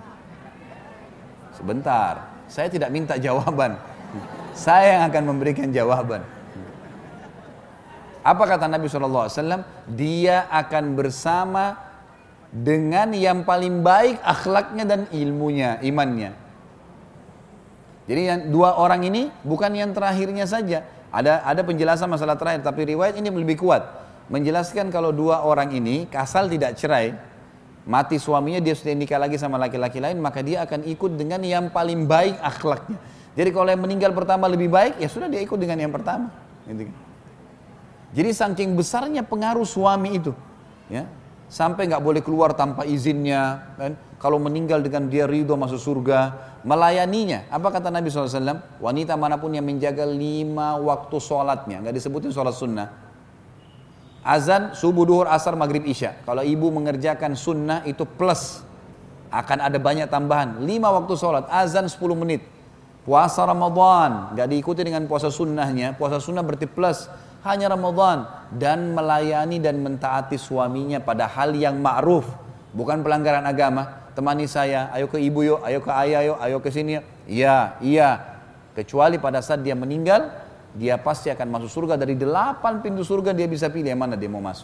Sebentar, saya tidak minta jawaban, saya yang akan memberikan jawaban. Apa kata Nabi shallallahu alaihi wasallam? Dia akan bersama dengan yang paling baik akhlaknya dan ilmunya, imannya. Jadi yang dua orang ini bukan yang terakhirnya saja. Ada ada penjelasan masalah terakhir, tapi riwayat ini lebih kuat. Menjelaskan kalau dua orang ini asal tidak cerai, mati suaminya, dia sudah nikah lagi sama laki-laki lain, maka dia akan ikut dengan yang paling baik akhlaknya. Jadi kalau yang meninggal pertama lebih baik, ya sudah dia ikut dengan yang pertama. Gitu. Jadi saking besarnya pengaruh suami itu, ya, sampai nggak boleh keluar tanpa izinnya. Kan? Kalau meninggal dengan dia ridho masuk surga, melayaninya. Apa kata Nabi shallallahu alaihi wasallam? Wanita manapun yang menjaga lima waktu sholatnya, nggak disebutin sholat sunnah. Azan, subuh, duhur, asar, maghrib, isya. Kalau ibu mengerjakan sunnah itu plus. Akan ada banyak tambahan. Lima waktu sholat, azan sepuluh menit. Puasa Ramadan, gak diikuti dengan puasa sunnahnya. Puasa sunnah berarti plus. Hanya Ramadan. Dan melayani dan mentaati suaminya pada hal yang ma'ruf. Bukan pelanggaran agama. Temani saya, ayo ke ibu yuk, ayo ke ayah yuk, ayo ke sini yuk. Iya, iya. Kecuali pada saat dia meninggal, dia pasti akan masuk surga. Dari delapan pintu surga dia bisa pilih yang mana dia mau masuk.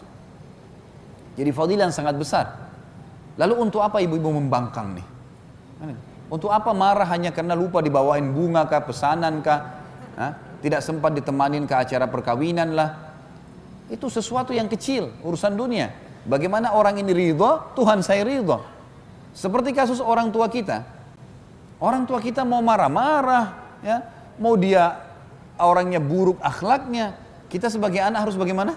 Jadi fadilah yang sangat besar. Lalu untuk apa ibu-ibu membangkang nih? Untuk apa marah hanya karena lupa dibawain bunga kah, pesanan kah? Hah? Tidak sempat ditemanin ke acara perkawinan lah. Itu sesuatu yang kecil, urusan dunia. Bagaimana orang ini ridho, Tuhan saya ridho. Seperti kasus orang tua kita. Orang tua kita mau marah-marah, ya, mau dia orangnya buruk akhlaknya, kita sebagai anak harus bagaimana?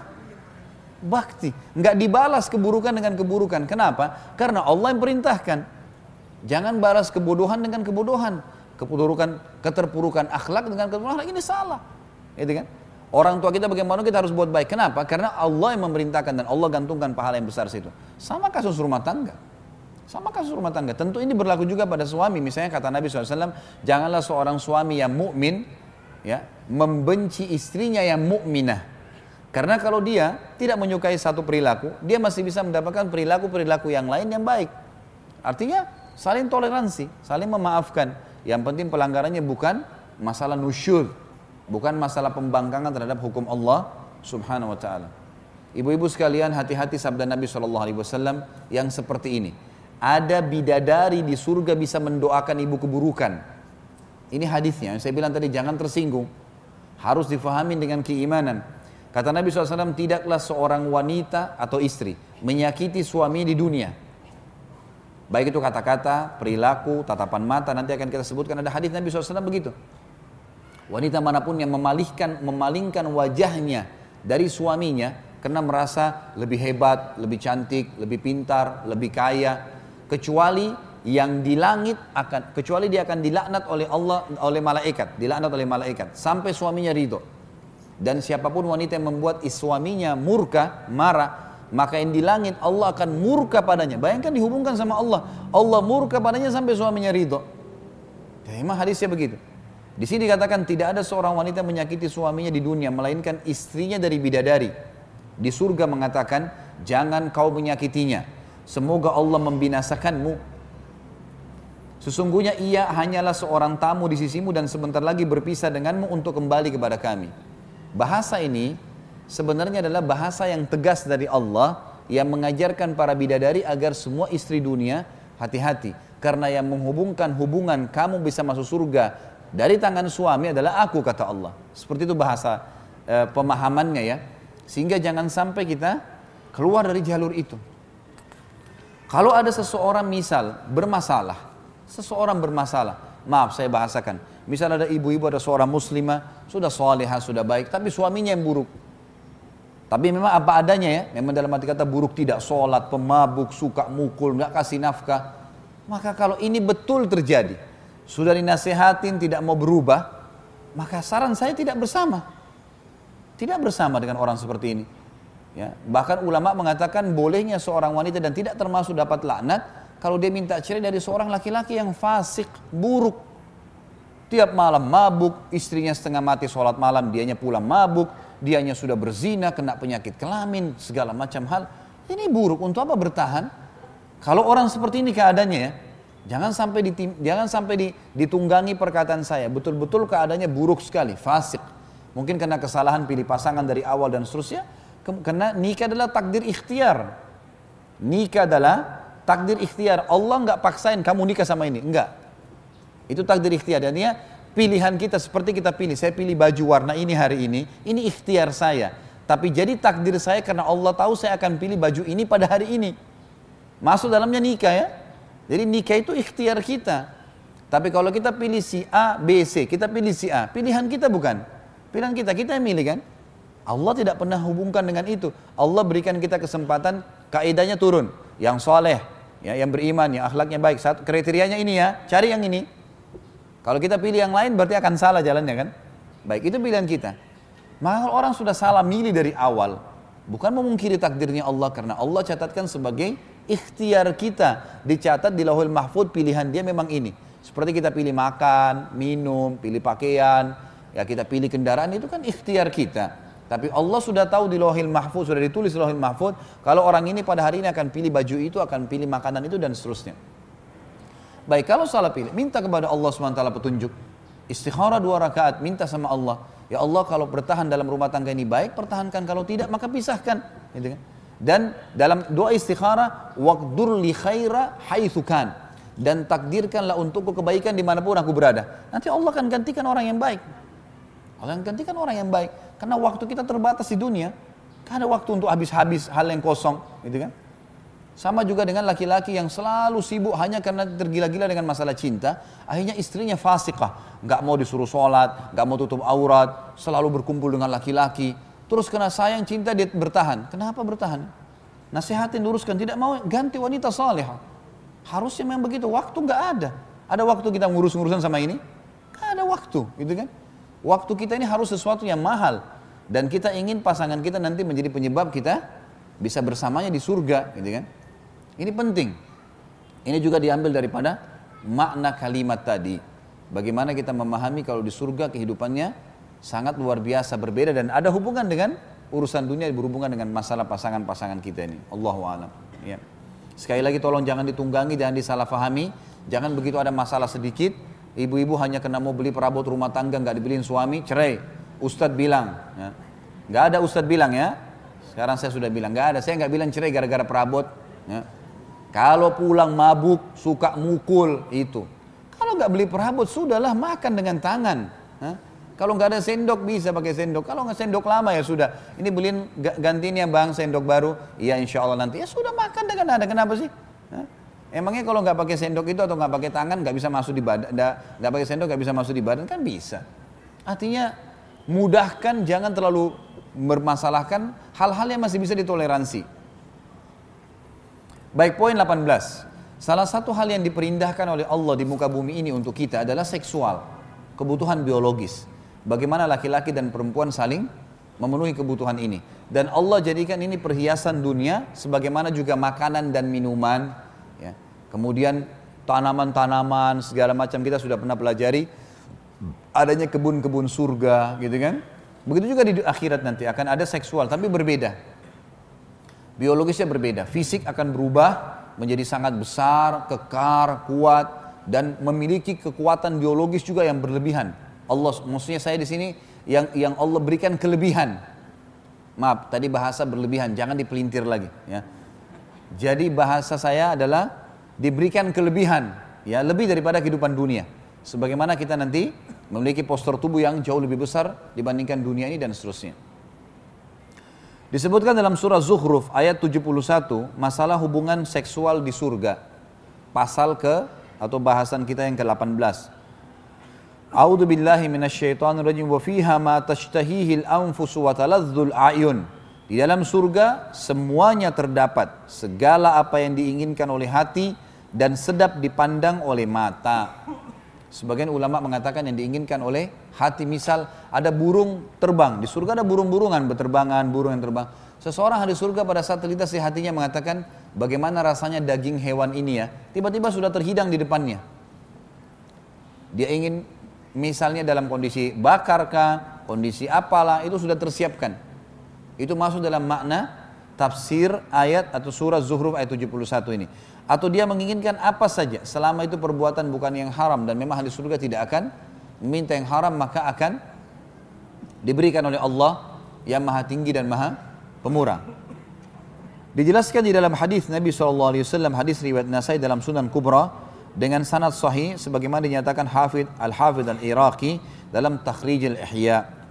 Bakti. Nggak dibalas keburukan dengan keburukan. Kenapa? Karena Allah yang perintahkan. Jangan balas kebodohan dengan kebodohan. Keburukan, keterpurukan akhlak dengan keterpurukan akhlak, ini salah. Gitu kan? Orang tua kita bagaimana kita harus buat baik. Kenapa? Karena Allah yang memerintahkan dan Allah gantungkan pahala yang besar situ. Sama kasus rumah tangga. Sama kasus rumah tangga. Tentu ini berlaku juga pada suami. Misalnya kata Nabi shallallahu alaihi wasallam, janganlah seorang suami yang mukmin ya, membenci istrinya yang mukminah. Karena kalau dia tidak menyukai satu perilaku, dia masih bisa mendapatkan perilaku-perilaku yang lain yang baik. Artinya saling toleransi, saling memaafkan. Yang penting pelanggarannya bukan masalah nusyur, bukan masalah pembangkangan terhadap hukum Allah Subhanahu wa taala. Ibu-ibu sekalian, hati-hati sabda Nabi shallallahu alaihi wasallam yang seperti ini. Ada bidadari di surga bisa mendoakan ibu keburukan. Ini hadisnya, saya bilang tadi jangan tersinggung. Harus difahami dengan keimanan. Kata Nabi shallallahu alaihi wasallam, tidaklah seorang wanita atau istri menyakiti suami di dunia. Baik itu kata-kata, perilaku, tatapan mata, nanti akan kita sebutkan ada hadis Nabi shallallahu alaihi wasallam begitu. Wanita manapun yang memalingkan, memalingkan wajahnya dari suaminya karena merasa lebih hebat, lebih cantik, lebih pintar, lebih kaya, kecuali yang di langit akan, kecuali dia akan dilaknat oleh Allah, oleh malaikat, dilaknat oleh malaikat sampai suaminya ridho. Dan siapapun wanita yang membuat suaminya murka, marah, maka yang di langit Allah akan murka padanya. Bayangkan dihubungkan sama Allah, Allah murka padanya sampai suaminya ridho. Ya, memang hadisnya begitu. Di sini dikatakan tidak ada seorang wanita menyakiti suaminya di dunia melainkan istrinya dari bidadari. Di surga mengatakan, jangan kau menyakitinya. Semoga Allah membinasakanmu. Sesungguhnya ia hanyalah seorang tamu di sisimu dan sebentar lagi berpisah denganmu untuk kembali kepada kami. Bahasa ini sebenarnya adalah bahasa yang tegas dari Allah yang mengajarkan para bidadari agar semua istri dunia hati-hati. Karena yang menghubungkan hubungan kamu bisa masuk surga dari tangan suami adalah aku, kata Allah. Seperti itu bahasa e, pemahamannya ya. Sehingga jangan sampai kita keluar dari jalur itu. Kalau ada seseorang misal bermasalah, seseorang bermasalah, maaf saya bahasakan. Misal ada ibu-ibu, ada seorang muslimah, sudah salihah, sudah baik, tapi suaminya yang buruk. Tapi memang apa adanya ya, memang dalam arti kata buruk, tidak sholat, pemabuk, suka mukul, nggak kasih nafkah. Maka kalau ini betul terjadi, sudah dinasehatin tidak mau berubah, maka saran saya tidak bersama. Tidak bersama dengan orang seperti ini. Ya, bahkan ulama mengatakan bolehnya seorang wanita dan tidak termasuk dapat laknat kalau dia minta cerai dari seorang laki-laki yang fasik, buruk. Tiap malam mabuk, istrinya setengah mati sholat malam, dianya pulang mabuk, dianya sudah berzina, kena penyakit kelamin, segala macam hal. Ini buruk, untuk apa bertahan? Kalau orang seperti ini keadaannya ya, jangan sampai ditim, jangan sampai ditunggangi perkataan saya, betul-betul keadaannya buruk sekali, fasik. Mungkin karena kesalahan pilih pasangan dari awal dan seterusnya, karena nikah adalah takdir ikhtiar. Nikah adalah takdir ikhtiar. Allah nggak paksain kamu nikah sama ini, enggak. Itu takdir ikhtiar. Dan ya pilihan kita seperti kita pilih. Saya pilih baju warna ini hari ini. Ini ikhtiar saya. Tapi jadi takdir saya karena Allah tahu saya akan pilih baju ini pada hari ini. Masuk dalamnya nikah ya. Jadi nikah itu ikhtiar kita. Tapi kalau kita pilih si A, B, C. Kita pilih si A. Pilihan kita bukan. Pilihan kita. Kita yang milih kan. Allah tidak pernah hubungkan dengan itu. Allah berikan kita kesempatan. Kaidahnya turun. Yang soleh. Ya, yang beriman. Yang akhlaknya baik. Satu, kriterianya ini ya. Cari yang ini. Kalau kita pilih yang lain berarti akan salah jalannya kan. Baik, itu pilihan kita. Maka kalau orang sudah salah milih dari awal, Bukan memungkiri takdirnya Allah, karena Allah catatkan sebagai ikhtiar kita. Dicatat di Lauhul Mahfuz pilihan dia memang ini. Seperti kita pilih makan, minum, pilih pakaian, ya kita pilih kendaraan, itu kan ikhtiar kita. Tapi Allah sudah tahu di Lauhul Mahfuz, sudah ditulis di Lauhul Mahfuz, kalau orang ini pada hari ini akan pilih baju itu, akan pilih makanan itu, dan seterusnya. Baik, kalau salah pilih, minta kepada Allah subhanahu wa taala petunjuk. Istikharah dua rakaat, minta sama Allah. Ya Allah, kalau bertahan dalam rumah tangga ini baik, pertahankan. Kalau tidak, maka pisahkan. Gitu kan? Dan dalam doa istikharah, waqdur li khaira haitsu kan. Dan takdirkanlah untukku kebaikan dimanapun aku berada. Nanti Allah akan gantikan orang yang baik. Allah akan gantikan orang yang baik. Karena waktu kita terbatas di dunia. Kan ada waktu untuk habis-habis hal yang kosong. Gitu kan? Sama juga dengan laki-laki yang selalu sibuk hanya karena tergila-gila dengan masalah cinta. Akhirnya istrinya fasikah. Gak mau disuruh sholat, gak mau tutup aurat, selalu berkumpul dengan laki-laki. Terus karena sayang cinta dia bertahan. Kenapa bertahan? Nasihatin, luruskan, tidak mau, ganti wanita salihah. Harusnya memang begitu, waktu gak ada. Ada waktu kita ngurus-ngurusan sama ini? Gak ada waktu, gitu kan? Waktu kita ini harus sesuatu yang mahal. Dan kita ingin pasangan kita nanti menjadi penyebab kita bisa bersamanya di surga, gitu kan? Ini penting. Ini juga diambil daripada makna kalimat tadi. Bagaimana kita memahami kalau di surga kehidupannya sangat luar biasa berbeda dan ada hubungan dengan urusan dunia, berhubungan dengan masalah pasangan-pasangan kita ini. Allahu a'lam. Ya. Sekali lagi tolong jangan ditunggangi, jangan disalahfahami. Jangan begitu ada masalah sedikit, ibu-ibu hanya kena mau beli perabot rumah tangga nggak dibeliin suami, cerai. Ustadz bilang, ya. Nggak ada Ustadz bilang ya. Sekarang saya sudah bilang nggak ada. Saya nggak bilang cerai gara-gara perabot. Ya. Kalau pulang mabuk, suka mukul itu. Kalau nggak beli perabot, sudahlah makan dengan tangan. Ya. Kalau nggak ada sendok bisa pakai sendok. Kalau nggak sendok lama ya sudah. Ini beliin gantinya bang sendok baru. Iya insya Allah nanti. Ya sudah makan dengan ada. Kenapa sih? Ya. Emangnya kalau nggak pakai sendok itu atau nggak pakai tangan nggak bisa masuk di badan, nggak pakai sendok nggak bisa masuk di badan, kan bisa. Artinya mudahkan, jangan terlalu bermasalahkan hal-hal yang masih bisa ditoleransi. Baik, poin delapan belas. Salah satu hal yang diperindahkan oleh Allah di muka bumi ini untuk kita adalah seksual, kebutuhan biologis. Bagaimana laki-laki dan perempuan saling memenuhi kebutuhan ini. Dan Allah jadikan ini perhiasan dunia, sebagaimana juga makanan dan minuman. Ya. Kemudian tanaman-tanaman segala macam kita sudah pernah pelajari, adanya kebun-kebun surga, gitu kan? Begitu juga di akhirat nanti akan ada seksual, tapi berbeda. Biologisnya berbeda, fisik akan berubah menjadi sangat besar, kekar, kuat, dan memiliki kekuatan biologis juga yang berlebihan. Allah, maksudnya saya di sini yang yang Allah berikan kelebihan. Maaf, tadi bahasa berlebihan, jangan dipelintir lagi. Ya. Jadi bahasa saya adalah diberikan kelebihan, ya lebih daripada kehidupan dunia. Sebagaimana kita nanti memiliki postur tubuh yang jauh lebih besar dibandingkan dunia ini dan seterusnya. Disebutkan dalam surah Zukhruf ayat tujuh puluh satu masalah hubungan seksual di surga. Pasal ke atau bahasan kita yang ke delapan belas. A'udzu billahi minasyaitonir rajim wa fiha ma tashtahihil anfusu wa taladzul a'yun. Di dalam surga semuanya terdapat segala apa yang diinginkan oleh hati dan sedap dipandang oleh mata. Sebagian ulama mengatakan yang diinginkan oleh hati, misal ada burung terbang, di surga ada burung-burungan berterbangan, burung yang terbang. Seseorang di surga pada saat terlintas di hatinya mengatakan, bagaimana rasanya daging hewan ini ya, tiba-tiba sudah terhidang di depannya. Dia ingin misalnya dalam kondisi bakarkah, kondisi apalah, itu sudah tersiapkan. Itu masuk dalam makna tafsir ayat atau surah Zukhruf ayat tujuh puluh satu ini. Atau dia menginginkan apa saja selama itu perbuatan bukan yang haram dan memang ahli surga tidak akan meminta yang haram, maka akan diberikan oleh Allah yang maha tinggi dan maha pemurah. Dijelaskan di dalam hadis Nabi shallallahu alaihi wasallam, hadis riwayat Nasai dalam Sunan Kubra dengan sanad sahih sebagaimana dinyatakan Hafidh Al-Hafidh Al-Iraqi dalam Takhrij Al-Ihya.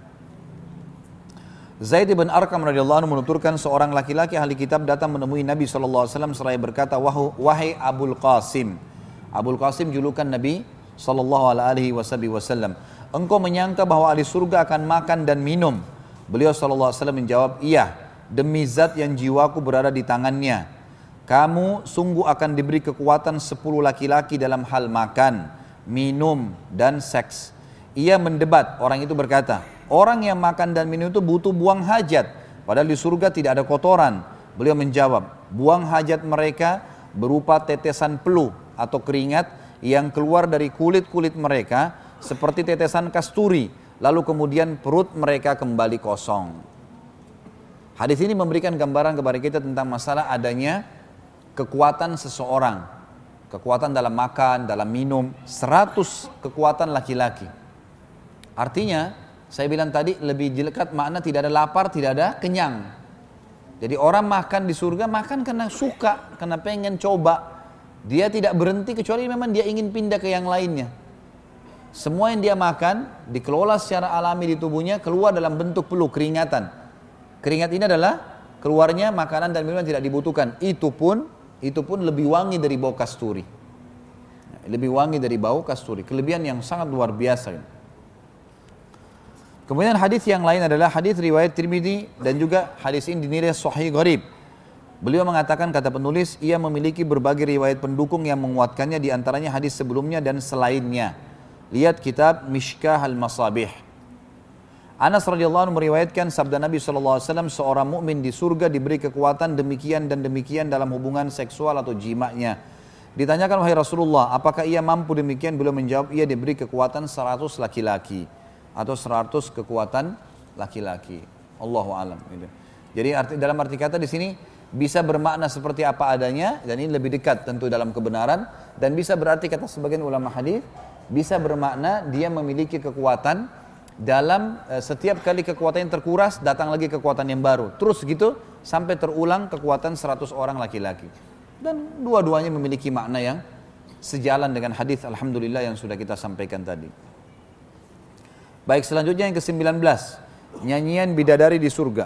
Zaid bin Arqam radhiyallahu anhu menuturkan seorang laki-laki ahli kitab datang menemui Nabi shallallahu alaihi wasallam seraya berkata, wahai Abul Qasim. Abul Qasim julukan Nabi shallallahu alaihi wasallam. Engkau menyangka bahwa ahli surga akan makan dan minum? Beliau shallallahu alaihi wasallam menjawab, iya, demi zat yang jiwaku berada di tangannya. Kamu sungguh akan diberi kekuatan sepuluh laki-laki dalam hal makan, minum, dan seks. Ia mendebat, orang itu berkata, orang yang makan dan minum itu butuh buang hajat, Padahal di surga tidak ada kotoran. Beliau menjawab, buang hajat mereka berupa tetesan peluh atau keringat yang keluar dari kulit-kulit mereka seperti tetesan kasturi. Lalu kemudian perut mereka kembali kosong. Hadis ini memberikan gambaran kepada kita tentang masalah adanya kekuatan seseorang. Kekuatan dalam makan, dalam minum, seratus kekuatan laki-laki. Artinya, saya bilang tadi lebih dekat makna tidak ada lapar, tidak ada kenyang. Jadi orang makan di surga, makan karena suka, karena pengen coba. Dia tidak berhenti kecuali memang dia ingin pindah ke yang lainnya. Semua yang dia makan, dikelola secara alami di tubuhnya, keluar dalam bentuk peluh, keringatan. Keringat ini adalah keluarnya makanan dan minuman tidak dibutuhkan. Itu pun, itu pun lebih wangi dari bau kasturi. Lebih wangi dari bau kasturi. Kelebihan yang sangat luar biasa. Kemudian hadis yang lain adalah hadis riwayat Tirmidzi dan juga hadis ini dinilai sahih gharib. Beliau mengatakan, kata penulis, ia memiliki berbagai riwayat pendukung yang menguatkannya, di antaranya hadis sebelumnya dan selainnya. Lihat kitab Mishkah al-Masabih. Anas radhiyallahu anhu meriwayatkan sabda Nabi shallallahu alaihi wasallam, seorang mukmin di surga diberi kekuatan demikian dan demikian dalam hubungan seksual atau jima'nya. Ditanyakan, wahai Rasulullah, apakah ia mampu demikian? Beliau menjawab, ia diberi kekuatan seratus laki-laki atau seratus kekuatan laki-laki. Allahu a'lam. Gitu. Jadi arti, dalam arti kata di sini bisa bermakna seperti apa adanya, dan ini lebih dekat tentu dalam kebenaran, dan bisa berarti kata sebagian ulama hadis bisa bermakna dia memiliki kekuatan dalam e, setiap kali kekuatan yang terkuras datang lagi kekuatan yang baru. Terus gitu sampai terulang kekuatan seratus orang laki-laki. Dan dua-duanya memiliki makna yang sejalan dengan hadis alhamdulillah yang sudah kita sampaikan tadi. Baik, selanjutnya yang kesembilan belas, nyanyian bidadari di surga.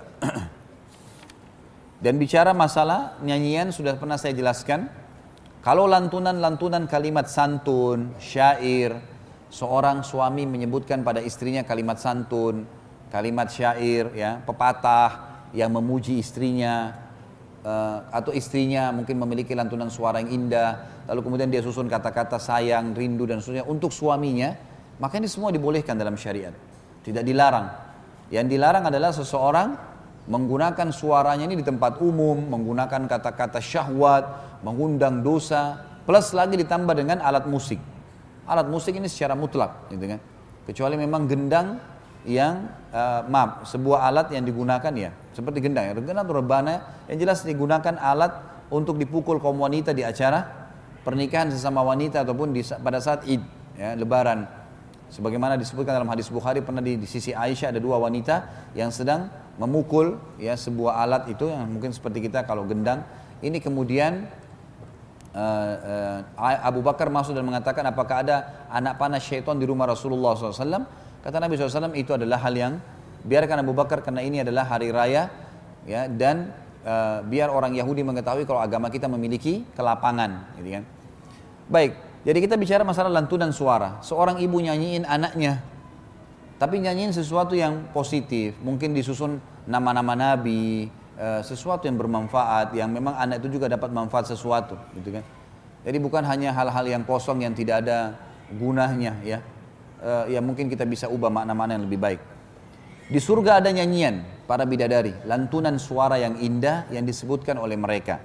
Dan bicara masalah nyanyian sudah pernah saya jelaskan. Kalau lantunan-lantunan kalimat santun, syair, seorang suami menyebutkan pada istrinya kalimat santun, kalimat syair, ya, pepatah yang memuji istrinya, uh, atau istrinya mungkin memiliki lantunan suara yang indah, lalu kemudian dia susun kata-kata sayang, rindu dan seterusnya untuk suaminya. Maka ini semua dibolehkan dalam syariat, tidak dilarang. Yang dilarang adalah seseorang menggunakan suaranya ini di tempat umum, menggunakan kata-kata syahwat, mengundang dosa, plus lagi ditambah dengan alat musik. Alat musik ini secara mutlak, gitu kan? Kecuali memang gendang yang uh, maaf, sebuah alat yang digunakan ya, seperti gendang, gendang atau rebana, yang jelas digunakan alat untuk dipukul kaum wanita di acara pernikahan sesama wanita ataupun di, pada saat Id, ya, Lebaran. Sebagaimana disebutkan dalam hadis Bukhari, pernah di, di sisi Aisyah ada dua wanita yang sedang memukul ya sebuah alat itu yang mungkin seperti kita kalau gendang. Ini kemudian uh, uh, Abu Bakar masuk dan mengatakan, apakah ada anak panah syaitan di rumah Rasulullah shallallahu alaihi wasallam? Kata Nabi shallallahu alaihi wasallam, itu adalah hal yang biarkan Abu Bakar karena ini adalah hari raya, ya, dan uh, biar orang Yahudi mengetahui kalau agama kita memiliki kelapangan, gitu kan? Baik. Jadi kita bicara masalah lantunan suara. Seorang ibu nyanyiin anaknya, tapi nyanyiin sesuatu yang positif. Mungkin disusun nama-nama nabi, sesuatu yang bermanfaat, yang memang anak itu juga dapat manfaat sesuatu, gitu kan? Jadi bukan hanya hal-hal yang kosong yang tidak ada gunanya, ya. Ya mungkin kita bisa ubah makna-makna yang lebih baik. Di surga ada nyanyian para bidadari, lantunan suara yang indah yang disebutkan oleh mereka.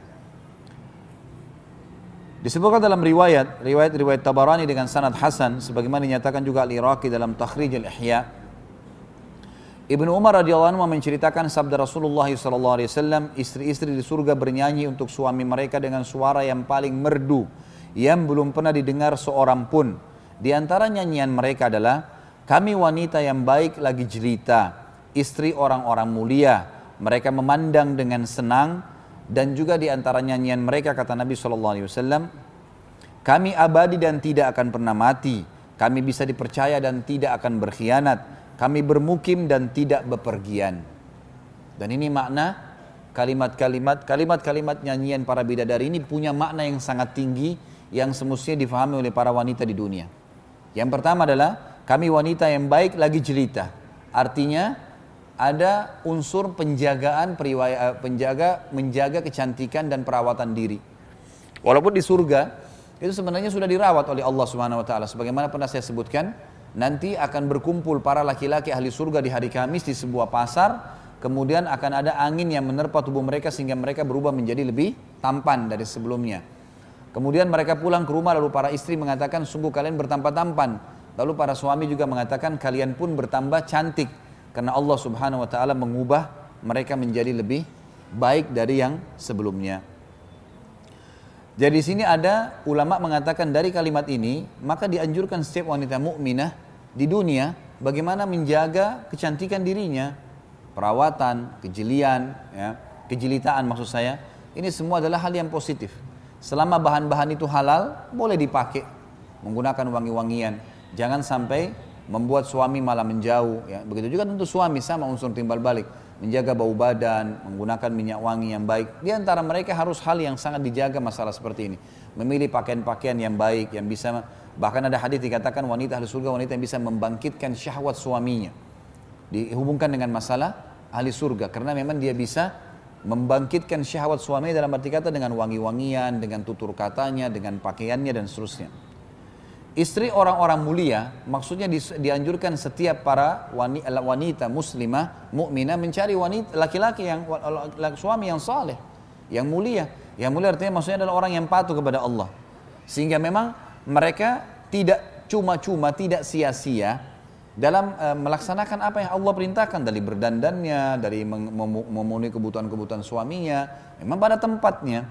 Disebutkan dalam riwayat, riwayat-riwayat Tabarani dengan sanad hasan, sebagaimana dinyatakan juga Al-Iraqi dalam Takhrij Al-Ihya. Ibnu Umar radhiyallahu anhu menceritakan sabda Rasulullah sallallahu alaihi wasallam, istri-istri di surga bernyanyi untuk suami mereka dengan suara yang paling merdu, yang belum pernah didengar seorang pun. Di antara nyanyian mereka adalah, kami wanita yang baik lagi jelita, istri orang-orang mulia, mereka memandang dengan senang. Dan juga di antara nyanyian mereka, kata Nabi shallallahu alaihi wasallam, kami abadi dan tidak akan pernah mati, kami bisa dipercaya dan tidak akan berkhianat, kami bermukim dan tidak bepergian. Dan ini makna kalimat-kalimat, kalimat-kalimat nyanyian para bidadari ini punya makna yang sangat tinggi yang semestinya difahami oleh para wanita di dunia. Yang pertama adalah kami wanita yang baik lagi jelita, artinya ada unsur penjagaan, penjaga, menjaga kecantikan dan perawatan diri. Walaupun di surga itu sebenarnya sudah dirawat oleh Allah Subhanahu Wa Taala. Sebagaimana pernah saya sebutkan, nanti akan berkumpul para laki-laki ahli surga di hari Kamis di sebuah pasar. kemudian akan ada angin yang menerpa tubuh mereka sehingga mereka berubah menjadi lebih tampan dari sebelumnya. Kemudian mereka pulang ke rumah, lalu para istri mengatakan, sungguh kalian bertambah tampan. Lalu para suami juga mengatakan, kalian pun bertambah cantik, karena Allah subhanahu wa ta'ala mengubah mereka menjadi lebih baik dari yang sebelumnya. Jadi di sini ada ulama mengatakan dari kalimat ini, maka dianjurkan setiap wanita mukminah di dunia bagaimana menjaga kecantikan dirinya, perawatan, kejelian, ya, kejelitaan maksud saya. Ini semua adalah hal yang positif. Selama bahan-bahan itu halal, boleh dipakai menggunakan wangi-wangian. Jangan sampai membuat suami malah menjauh. Ya. Begitu juga tentu suami sama unsur timbal balik. Menjaga bau badan, menggunakan minyak wangi yang baik. Di antara mereka harus hal yang sangat dijaga masalah seperti ini. Memilih pakaian-pakaian yang baik, yang bisa, bahkan ada hadis dikatakan wanita ahli surga, wanita yang bisa membangkitkan syahwat suaminya. Dihubungkan dengan masalah ahli surga, karena memang dia bisa membangkitkan syahwat suami dalam arti kata dengan wangi-wangian, dengan tutur katanya, dengan pakaiannya dan seterusnya. Istri orang-orang mulia, maksudnya dianjurkan setiap para wanita muslimah, mukminah mencari wanita laki-laki yang suami yang saleh, yang mulia. Yang mulia artinya maksudnya adalah orang yang patuh kepada Allah. Sehingga memang mereka tidak cuma-cuma, tidak sia-sia dalam e, melaksanakan apa yang Allah perintahkan, dari berdandannya, dari memenuhi kebutuhan-kebutuhan suaminya, memang pada tempatnya.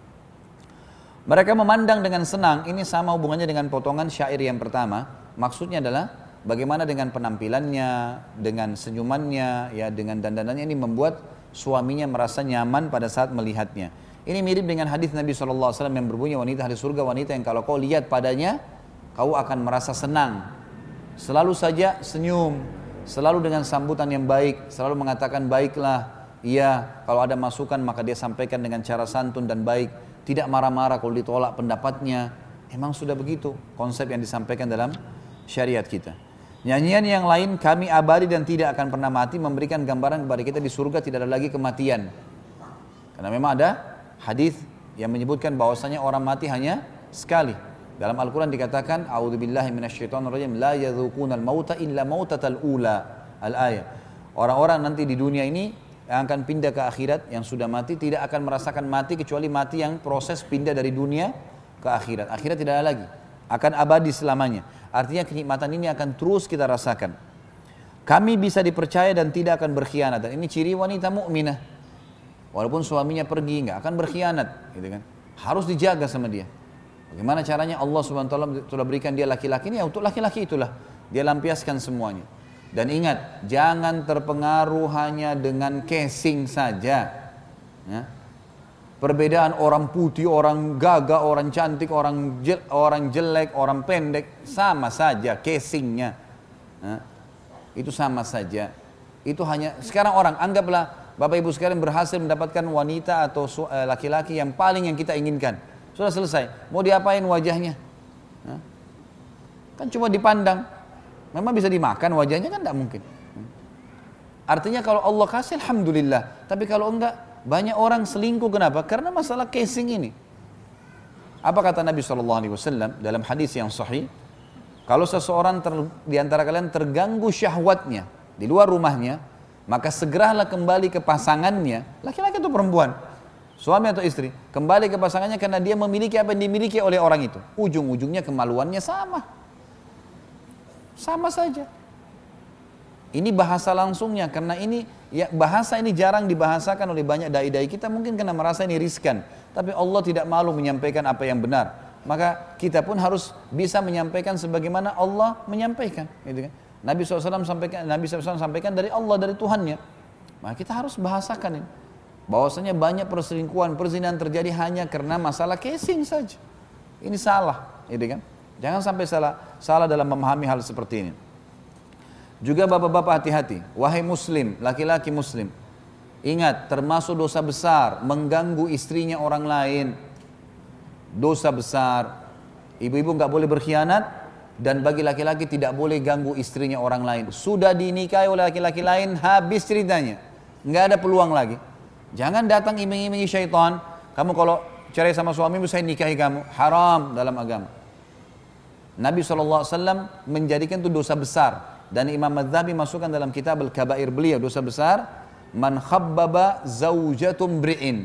Mereka memandang dengan senang, ini sama hubungannya dengan potongan syair yang pertama. Maksudnya adalah bagaimana dengan penampilannya, dengan senyumannya, ya, dengan dandanannya, ini membuat suaminya merasa nyaman pada saat melihatnya. Ini mirip dengan hadis Nabi shallallahu alaihi wasallam yang berbunyi, wanita ahli surga, wanita yang kalau kau lihat padanya, kau akan merasa senang. Selalu saja senyum, selalu dengan sambutan yang baik, selalu mengatakan baiklah, iya, kalau ada masukan maka dia sampaikan dengan cara santun dan baik. Tidak marah-marah kalau ditolak pendapatnya. Emang sudah begitu konsep yang disampaikan dalam syariat kita. Nyanyian yang lain, kami abadi dan tidak akan pernah mati, memberikan gambaran kepada kita di surga tidak ada lagi kematian. Karena memang ada hadis yang menyebutkan bahwasanya orang mati hanya sekali. Dalam Al-Quran dikatakan, a'udzubillahi minasyaitonirrajim, la yadzuqunal mauta illa mautatal ula. Al-ayat. Orang-orang nanti di dunia ini yang akan pindah ke akhirat, yang sudah mati tidak akan merasakan mati kecuali mati yang proses pindah dari dunia ke akhirat. Akhirat tidak ada lagi, akan abadi selamanya. Artinya kenikmatan ini akan terus kita rasakan. Kami bisa dipercaya dan tidak akan berkhianat, dan ini ciri wanita mukminah. Walaupun suaminya pergi, nggak akan berkhianat, gitu kan? Harus dijaga sama dia. Bagaimana caranya? Allah subhanahu wa taala telah berikan dia laki-laki ini, ya untuk laki-laki itulah dia lampiaskan semuanya. Dan ingat, jangan terpengaruh hanya dengan casing saja. Ya. Perbedaan orang putih, orang gagah, orang cantik, orang jel, orang jelek, orang pendek, sama saja casingnya. Ya. Itu sama saja. Itu hanya, sekarang orang, anggaplah Bapak Ibu sekalian berhasil mendapatkan wanita atau laki-laki yang paling yang kita inginkan. Sudah selesai, mau diapain wajahnya? Ya. Kan cuma dipandang. Memang bisa dimakan wajahnya kan tidak mungkin. Artinya kalau Allah kasih alhamdulillah. Tapi kalau enggak, banyak orang selingkuh. Kenapa? Karena masalah casing ini. Apa kata Nabi shallallahu alaihi wasallam dalam hadis yang sahih? Kalau seseorang ter, di antara kalian terganggu syahwatnya di luar rumahnya, maka segeralah kembali ke pasangannya, laki-laki atau perempuan, suami atau istri, kembali ke pasangannya karena dia memiliki apa yang dimiliki oleh orang itu. Ujung-ujungnya kemaluannya sama. Sama saja. Ini bahasa langsungnya, karena ini ya, bahasa ini jarang dibahasakan oleh banyak dai-dai kita, mungkin karena merasa ini riskan. Tapi Allah tidak malu menyampaikan apa yang benar. Maka kita pun harus bisa menyampaikan sebagaimana Allah menyampaikan. Gitu kan? Nabi shallallahu alaihi wasallam sampaikan, Nabi shallallahu alaihi wasallam sampaikan dari Allah, dari Tuhannya. Maka kita harus bahasakan ini. Bahwasanya banyak perselingkuhan, perzinahan terjadi hanya karena masalah casing saja. Ini salah, gitu kan? Jangan sampai salah salah dalam memahami hal seperti ini. Juga bapak-bapak hati-hati, wahai muslim, laki-laki muslim. Ingat, termasuk dosa besar mengganggu istrinya orang lain. Dosa besar. Ibu-ibu enggak boleh berkhianat, dan bagi laki-laki tidak boleh ganggu istrinya orang lain. Sudah dinikahi oleh laki-laki lain, habis ceritanya. Enggak ada peluang lagi. Jangan datang iming-imingi syaitan. Kamu kalau cerai sama suamimu, saya nikahi kamu. Haram dalam agama. Nabi shallallahu alaihi wasallam menjadikan itu dosa besar. Dan Imam Madzabi masukkan dalam kitab Al-Kabair beliau, dosa besar. man khabbaba zawjatum bri'in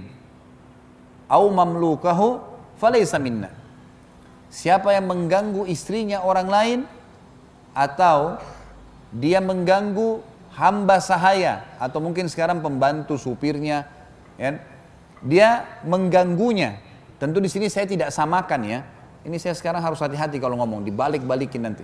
au mamlukahu falaysa minna. Siapa yang mengganggu istrinya orang lain atau dia mengganggu hamba sahaya atau mungkin sekarang pembantu supirnya, ya, dia mengganggunya. Tentu di sini saya tidak samakan ya. Ini saya sekarang harus hati-hati kalau ngomong, dibalik-balikin nanti.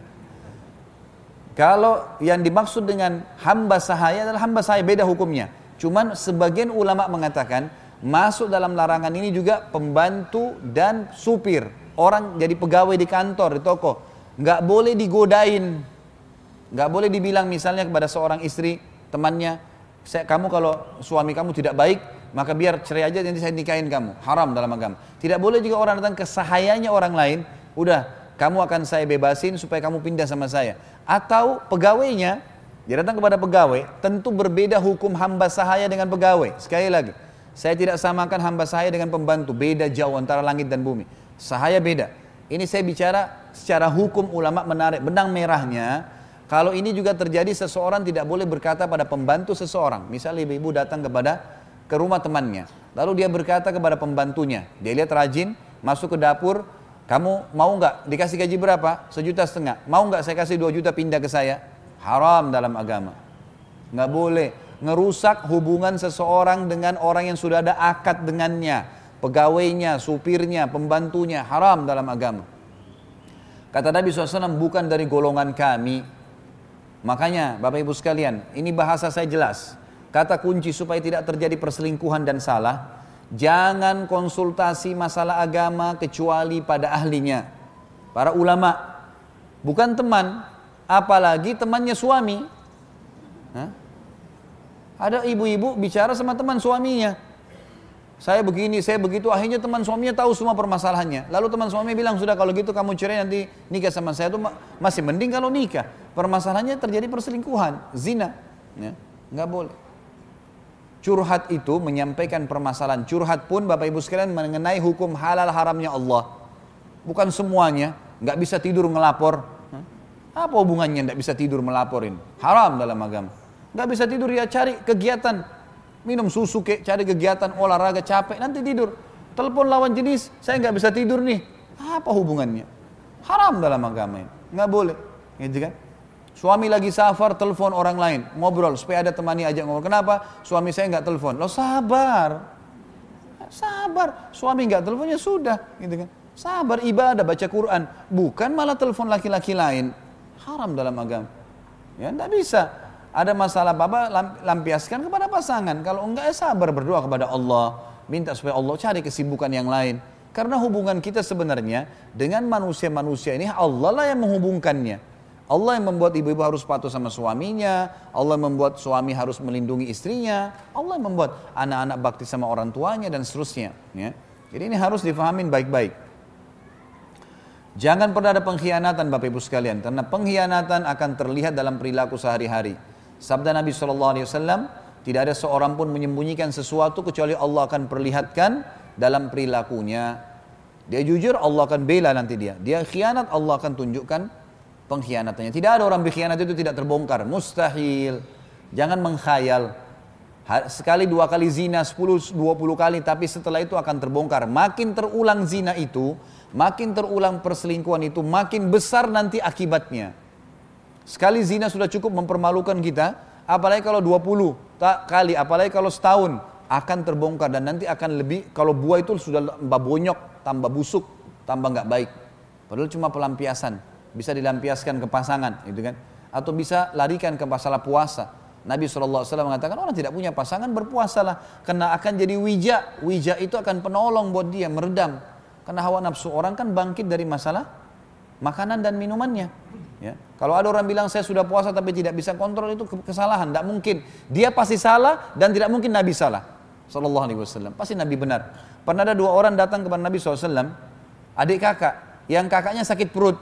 Kalau yang dimaksud dengan hamba sahaya adalah hamba sahaya, beda hukumnya. Cuman sebagian ulama mengatakan masuk dalam larangan ini juga pembantu dan supir. Orang jadi pegawai di kantor, di toko, nggak boleh digodain, nggak boleh dibilang misalnya kepada seorang istri temannya, saya, kamu kalau suami kamu tidak baik, maka biar cerai aja nanti saya nikahin kamu. Haram dalam agama. Tidak boleh juga orang datang ke sahayanya orang lain, udah kamu akan saya bebasin supaya kamu pindah sama saya. Atau pegawainya, dia datang kepada pegawai, tentu berbeda hukum hamba sahaya dengan pegawai. Sekali lagi, saya tidak samakan hamba sahaya dengan pembantu, beda jauh antara langit dan bumi. Sahaya beda. Ini saya bicara secara hukum, ulama menarik benang merahnya. Kalau ini juga terjadi, seseorang tidak boleh berkata pada pembantu seseorang. Misalnya ibu-ibu datang kepada ke rumah temannya, lalu dia berkata kepada pembantunya, dia lihat rajin, masuk ke dapur, kamu mau nggak dikasih gaji berapa? Sejuta setengah. Mau nggak saya kasih dua juta pindah ke saya? Haram dalam agama. Nggak boleh ngerusak hubungan seseorang dengan orang yang sudah ada akad dengannya. Pegawainya, supirnya, pembantunya, haram dalam agama. Kata Nabi shallallahu alaihi wasallam, bukan dari golongan kami. Makanya Bapak Ibu sekalian, ini bahasa saya jelas. Kata kunci supaya tidak terjadi perselingkuhan dan salah, jangan konsultasi masalah agama kecuali pada ahlinya, para ulama, bukan teman, apalagi temannya suami. Hah? Ada ibu-ibu bicara sama teman suaminya, saya begini, saya begitu, akhirnya teman suaminya tahu semua permasalahannya. Lalu teman suaminya bilang, sudah kalau gitu kamu cerai nanti nikah sama saya. Itu masih mending kalau nikah. Permasalahannya terjadi perselingkuhan, zina, ya, nggak boleh. Curhat itu menyampaikan permasalahan. Curhat pun Bapak Ibu sekalian mengenai hukum halal haramnya Allah. Bukan semuanya. Nggak bisa tidur ngelapor. Apa hubungannya nggak bisa tidur melaporin? Haram dalam agama. Nggak bisa tidur ya cari kegiatan. Minum susu kek, cari kegiatan olahraga capek nanti tidur. Telepon lawan jenis, saya nggak bisa tidur nih. Apa hubungannya? Haram dalam agama ini. Nggak boleh. Gitu kan? Suami lagi safar, telepon orang lain, ngobrol supaya ada temani ajak ngobrol. Kenapa? Suami saya nggak telepon. Lo sabar, sabar. Suami nggak telepon ya sudah, gitu kan? Sabar, ibadah, baca Quran, bukan malah telepon laki-laki lain. Haram dalam agama. Ya, nggak bisa. Ada masalah apa? Lampiaskan kepada pasangan. Kalau enggak, ya sabar, berdoa kepada Allah, minta supaya Allah cari kesibukan yang lain. Karena hubungan kita sebenarnya dengan manusia-manusia ini Allah lah yang menghubungkannya. Allah yang membuat ibu-ibu harus patuh sama suaminya, Allah yang membuat suami harus melindungi istrinya, Allah yang membuat anak-anak bakti sama orang tuanya dan seterusnya. Ya. Jadi ini harus difahamin baik-baik. Jangan pernah ada pengkhianatan Bapak Ibu sekalian, karena pengkhianatan akan terlihat dalam perilaku sehari-hari. Sabda Nabi shallallahu alaihi wasallam, tidak ada seorang pun menyembunyikan sesuatu kecuali Allah akan perlihatkan dalam perilakunya. Dia jujur, Allah akan bela nanti dia. Dia khianat, Allah akan tunjukkan pengkhianatannya. Tidak ada orang berkhianat itu tidak terbongkar, mustahil. Jangan mengkhayal. Sekali dua kali zina, sepuluh dua puluh kali, tapi setelah itu akan terbongkar. Makin terulang zina itu, makin terulang perselingkuhan itu, makin besar nanti akibatnya. Sekali zina sudah cukup mempermalukan kita, apalagi kalau dua puluh kali, apalagi kalau setahun, akan terbongkar dan nanti akan lebih. Kalau buah itu sudah tambah bonyok, tambah busuk, tambah nggak baik. Padahal cuma pelampiasan, bisa dilampiaskan ke pasangan, gitu kan? Atau bisa larikan ke masalah puasa. Nabi shallallahu alaihi wasallam mengatakan orang tidak punya pasangan berpuasalah, karena akan jadi wija. Wija itu akan penolong buat dia meredam. Karena hawa nafsu orang kan bangkit dari masalah makanan dan minumannya. Ya. Kalau ada orang bilang saya sudah puasa tapi tidak bisa kontrol, itu kesalahan, tidak mungkin. Dia pasti salah dan tidak mungkin Nabi salah. Sallallahu alaihi wasallam. Pasti Nabi benar. Pernah ada dua orang datang kepada Nabi shallallahu alaihi wasallam, adik kakak, yang kakaknya sakit perut.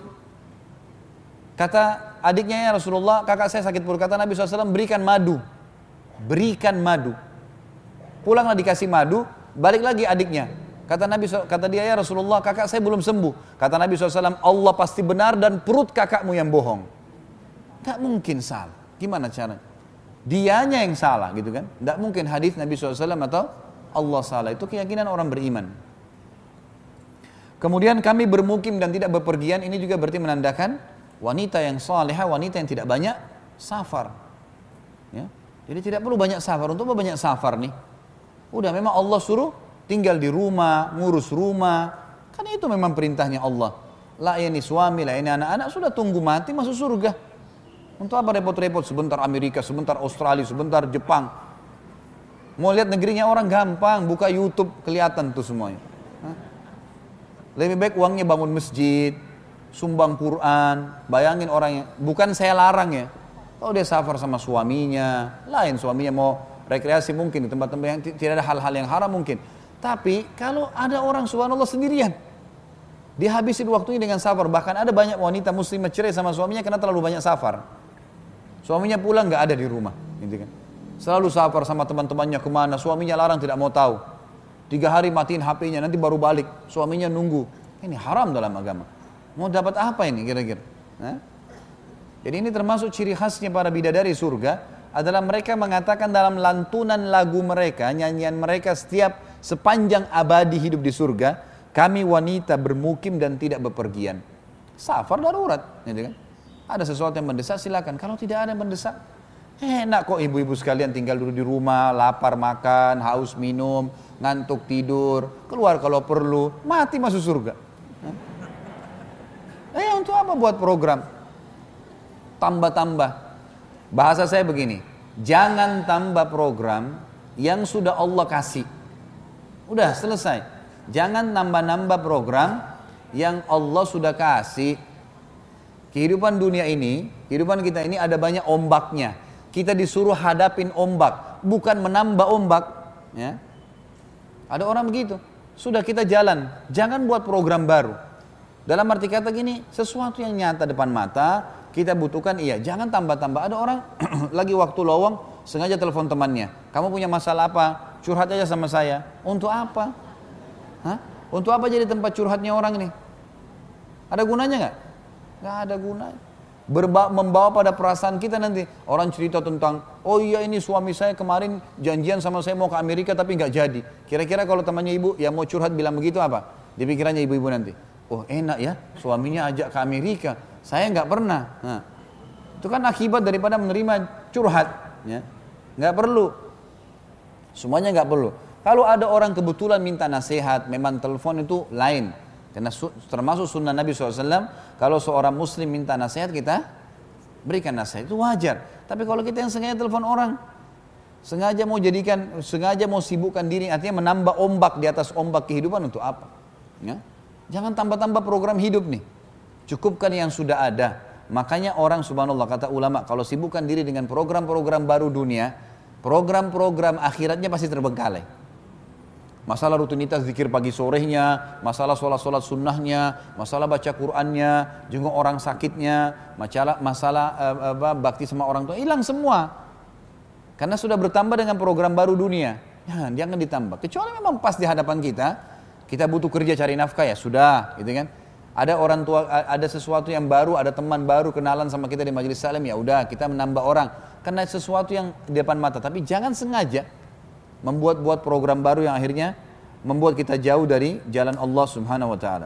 Kata adiknya, ya Rasulullah, kakak saya sakit perut. Kata Nabi shallallahu alaihi wasallam, berikan madu. Berikan madu. Pulanglah dikasih madu, balik lagi adiknya. Kata Nabi, kata dia, ya Rasulullah, kakak saya belum sembuh. Kata Nabi shallallahu alaihi wasallam, Allah pasti benar dan perut kakakmu yang bohong. Gak mungkin salah. Gimana caranya? Dianya yang salah gitu kan. Tidak mungkin hadis Nabi shallallahu alaihi wasallam atau Allah salah. Itu keyakinan orang beriman. Kemudian kami bermukim dan tidak bepergian. Ini juga berarti menandakan wanita yang salihah, wanita yang tidak banyak safar. Ya. Jadi tidak perlu banyak safar. Untuk apa banyak safar nih? Udah memang Allah suruh tinggal di rumah, ngurus rumah. Kan itu memang perintahnya Allah. Layani suami, layani anak-anak, sudah tunggu mati masuk surga. Untuk apa repot-repot sebentar Amerika, sebentar Australia, sebentar Jepang. Mau lihat negerinya orang gampang, buka YouTube kelihatan tuh semuanya. Hah? Lebih baik uangnya bangun masjid, sumbang Quran. Bayangin orang yang, bukan saya larang ya. Kalau dia safar sama suaminya, lain suaminya mau rekreasi mungkin di tempat-tempat yang tidak ada hal-hal yang haram mungkin. Tapi kalau ada orang subhanallah sendirian, dia habisin waktunya dengan safar. Bahkan ada banyak wanita muslimah cerai sama suaminya karena terlalu banyak safar. Suaminya pulang nggak ada di rumah, gitu kan? Selalu safar sama teman-temannya kemana, suaminya larang tidak mau tahu. Tiga hari matiin H P-nya, nanti baru balik. Suaminya nunggu. Ini haram dalam agama. Mau dapat apa ini kira-kira? Nah? Jadi ini termasuk ciri khasnya para bidadari surga adalah mereka mengatakan dalam lantunan lagu mereka, nyanyian mereka setiap sepanjang abadi hidup di surga, kami wanita bermukim dan tidak bepergian. Safar darurat, gitu kan? Ada sesuatu yang mendesak silakan. Kalau tidak ada yang mendesak, enak kok ibu-ibu sekalian tinggal dulu di rumah, lapar makan, haus minum, ngantuk tidur, keluar kalau perlu, mati masuk surga. Eh untuk apa buat program? Tambah-tambah. Bahasa saya begini, jangan tambah program yang sudah Allah kasih. Udah selesai. Jangan nambah-nambah program yang Allah sudah kasih. Kehidupan dunia ini, kehidupan kita ini ada banyak ombaknya. Kita disuruh hadapin ombak, bukan menambah ombak. Ya. Ada orang begitu. Sudah kita jalan, jangan buat program baru. Dalam arti kata gini, sesuatu yang nyata depan mata, kita butuhkan iya. Jangan tambah-tambah. Ada orang lagi waktu lowong, sengaja telepon temannya. Kamu punya masalah apa? Curhat aja sama saya. Untuk apa? Hah? Untuk apa jadi tempat curhatnya orang ini? Ada gunanya nggak? Nggak ada gunanya. Berba, membawa pada perasaan kita nanti. Orang cerita tentang, oh iya ini suami saya kemarin janjian sama saya mau ke Amerika tapi nggak jadi. Kira-kira kalau temannya ibu yang mau curhat bilang begitu apa? Di pikirannya ibu-ibu nanti. Oh enak ya, suaminya ajak ke Amerika. Saya nggak pernah. Nah, itu kan akibat daripada menerima curhat. Ya. Nggak perlu. Semuanya nggak perlu. Kalau ada orang kebetulan minta nasihat, memang telepon itu lain. Karena termasuk sunnah Nabi shallallahu alaihi wasallam, kalau seorang muslim minta nasihat kita berikan nasihat, itu wajar. Tapi kalau kita yang sengaja telepon orang, sengaja mau jadikan, sengaja mau sibukkan diri, artinya menambah ombak di atas ombak kehidupan untuk apa? Ya? Jangan tambah-tambah program hidup nih. Cukupkan yang sudah ada. Makanya orang subhanallah kata ulama, kalau sibukkan diri dengan program-program baru dunia, program-program akhiratnya pasti terbengkalai. Masalah rutinitas zikir pagi sorenya, masalah sholat-sholat sunnahnya, masalah baca Qur'annya, jenguk orang sakitnya, masalah, masalah uh, uh, bakti sama orang tua, hilang semua. Karena sudah bertambah dengan program baru dunia. Jangan, jangan ditambah. Kecuali memang pas di hadapan kita, kita butuh kerja cari nafkah ya sudah, gitu kan. Ada orang tua, ada sesuatu yang baru, ada teman baru kenalan sama kita di majelis salim, ya udah kita menambah orang. Karena sesuatu yang di depan mata, tapi jangan sengaja membuat-buat program baru yang akhirnya membuat kita jauh dari jalan Allah Subhanahu wa taala.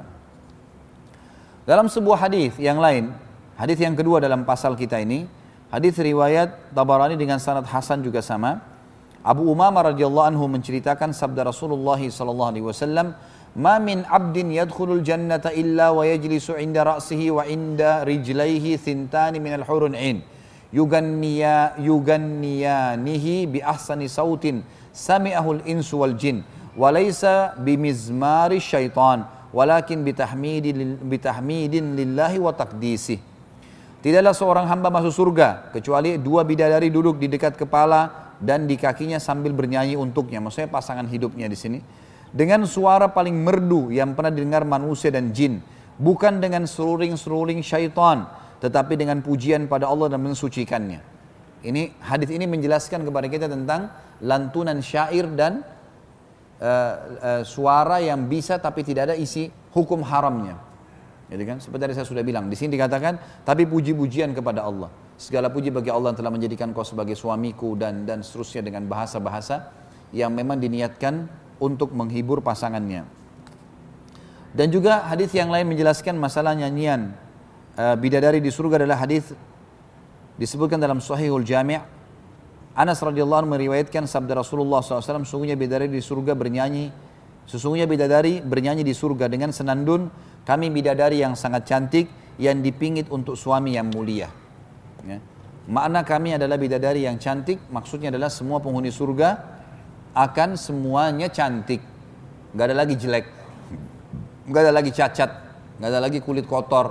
Dalam sebuah hadis yang lain, hadis yang kedua dalam pasal kita ini, hadis riwayat Tabarani dengan sanad hasan juga sama. Abu Umamah radhiyallahu anhu menceritakan sabda Rasulullah sallallahu alaihi wasallam, "Ma min 'abdin yadkhulul jannata illa wa yajlisu 'inda ra'sihi wa 'inda rijlaihi thintani minal hurun 'ain." Yuganniya yuganniyanihi bi ahsani sautin sami'ahul insu wal jin walaysa bimizmari syaitan walakin bitahmidin bitahmidin lillahi wa taqdisih. Tidaklah seorang hamba masuk surga kecuali dua bidadari duduk di dekat kepala dan di kakinya sambil bernyanyi untuknya, maksudnya pasangan hidupnya di sini, dengan suara paling merdu yang pernah didengar manusia dan jin, bukan dengan seruling-seruling syaitan, tetapi dengan pujian pada Allah dan mensucikannya. Ini hadis ini menjelaskan kepada kita tentang lantunan syair dan uh, uh, suara yang bisa tapi tidak ada isi hukum haramnya. Gitu kan? Seperti tadi saya sudah bilang, di sini dikatakan, tapi puji-pujian kepada Allah. Segala puji bagi Allah yang telah menjadikan kau sebagai suamiku dan dan seterusnya dengan bahasa-bahasa yang memang diniatkan untuk menghibur pasangannya. Dan juga hadis yang lain menjelaskan masalah nyanyian uh, bidadari di surga adalah hadis disebutkan dalam Sahihul Jami'. Anas radhiyallahu anhu meriwayatkan sabda Rasulullah shallallahu alaihi wasallam, sesungguhnya bidadari di surga bernyanyi, sesungguhnya bidadari bernyanyi di surga dengan senandun, kami bidadari yang sangat cantik yang dipingit untuk suami yang mulia. Ya. Makna kami adalah bidadari yang cantik, maksudnya adalah semua penghuni surga akan semuanya cantik, nggak ada lagi jelek, nggak ada lagi cacat, nggak ada lagi kulit kotor,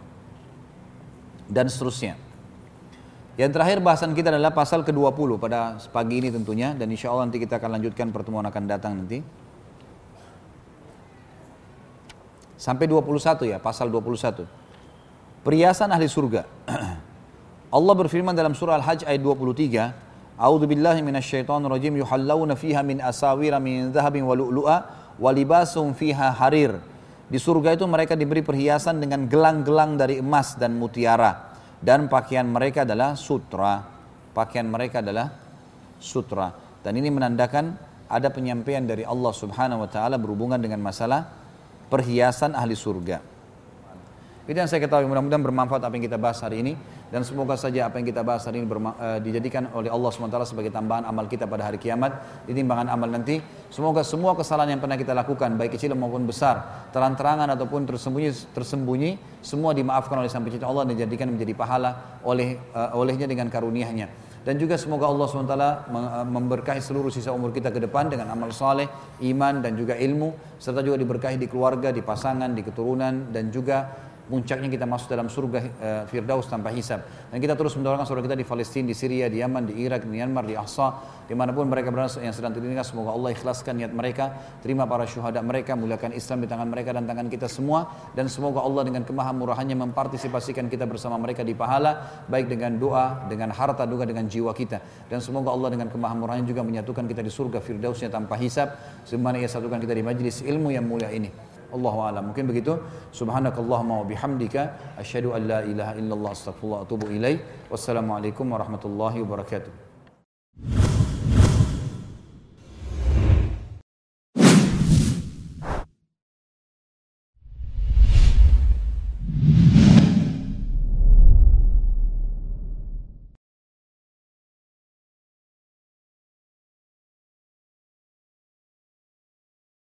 dan seterusnya. Yang terakhir bahasan kita adalah pasal ke dua puluh pada pagi ini tentunya, dan insya Allah nanti kita akan lanjutkan pertemuan akan datang nanti. Sampai dua puluh satu ya, pasal dua puluh satu. Perhiasan ahli surga. Allah berfirman dalam surah Al-Hajj ayat dua puluh tiga, A'udzu billahi minasyaitonir rajim, yuhallawna fiha min asawira min dhahabin wa lu'lu'a wa libasum fiha harir. Di surga itu mereka diberi perhiasan dengan gelang-gelang dari emas dan mutiara, dan pakaian mereka adalah sutra. Pakaian mereka adalah sutra. Dan ini menandakan ada penyampaian dari Allah Subhanahu wa taala berhubungan dengan masalah perhiasan ahli surga. Itu yang saya ketahui, mudah-mudahan bermanfaat apa yang kita bahas hari ini, dan semoga saja apa yang kita bahas hari ini berma- uh, dijadikan oleh Allah subhanahu wa taala sebagai tambahan amal kita pada hari kiamat, di timbangan amal nanti. Semoga semua kesalahan yang pernah kita lakukan, baik kecil maupun besar, terang-terangan ataupun tersembunyi, tersembunyi, semua dimaafkan oleh Sang Pencipta Allah dan dijadikan menjadi pahala oleh uh, olehnya dengan karunia-Nya. Dan juga semoga Allah subhanahu wa taala memberkahi seluruh sisa umur kita ke depan dengan amal saleh, iman dan juga ilmu, serta juga diberkahi di keluarga, di pasangan, di keturunan, dan juga puncaknya kita masuk dalam surga uh, Firdaus tanpa hisab. Dan kita terus mendoakan saudara kita di Palestina, di Syria, di Yaman, di Irak, di Myanmar, di Ahsa, dimanapun mereka berada yang sedang tertinggal, semoga Allah ikhlaskan niat mereka, terima para syuhada mereka, muliakan Islam di tangan mereka dan tangan kita semua, dan semoga Allah dengan kemahamurahannya mempartisipasikan kita bersama mereka di pahala, baik dengan doa, dengan harta, juga dengan jiwa kita. Dan semoga Allah dengan kemahamurahannya juga menyatukan kita di surga Firdausnya tanpa hisab, sebagaimana Ia satukan kita di majlis ilmu yang mulia ini. Allahu a'lam. Mungkin begitu. Subhanakallahumma wa bihamdika asyhadu an la ilaha illallah astaghfirullah wa atubu ilaih. Wassalamualaikum warahmatullahi wabarakatuh.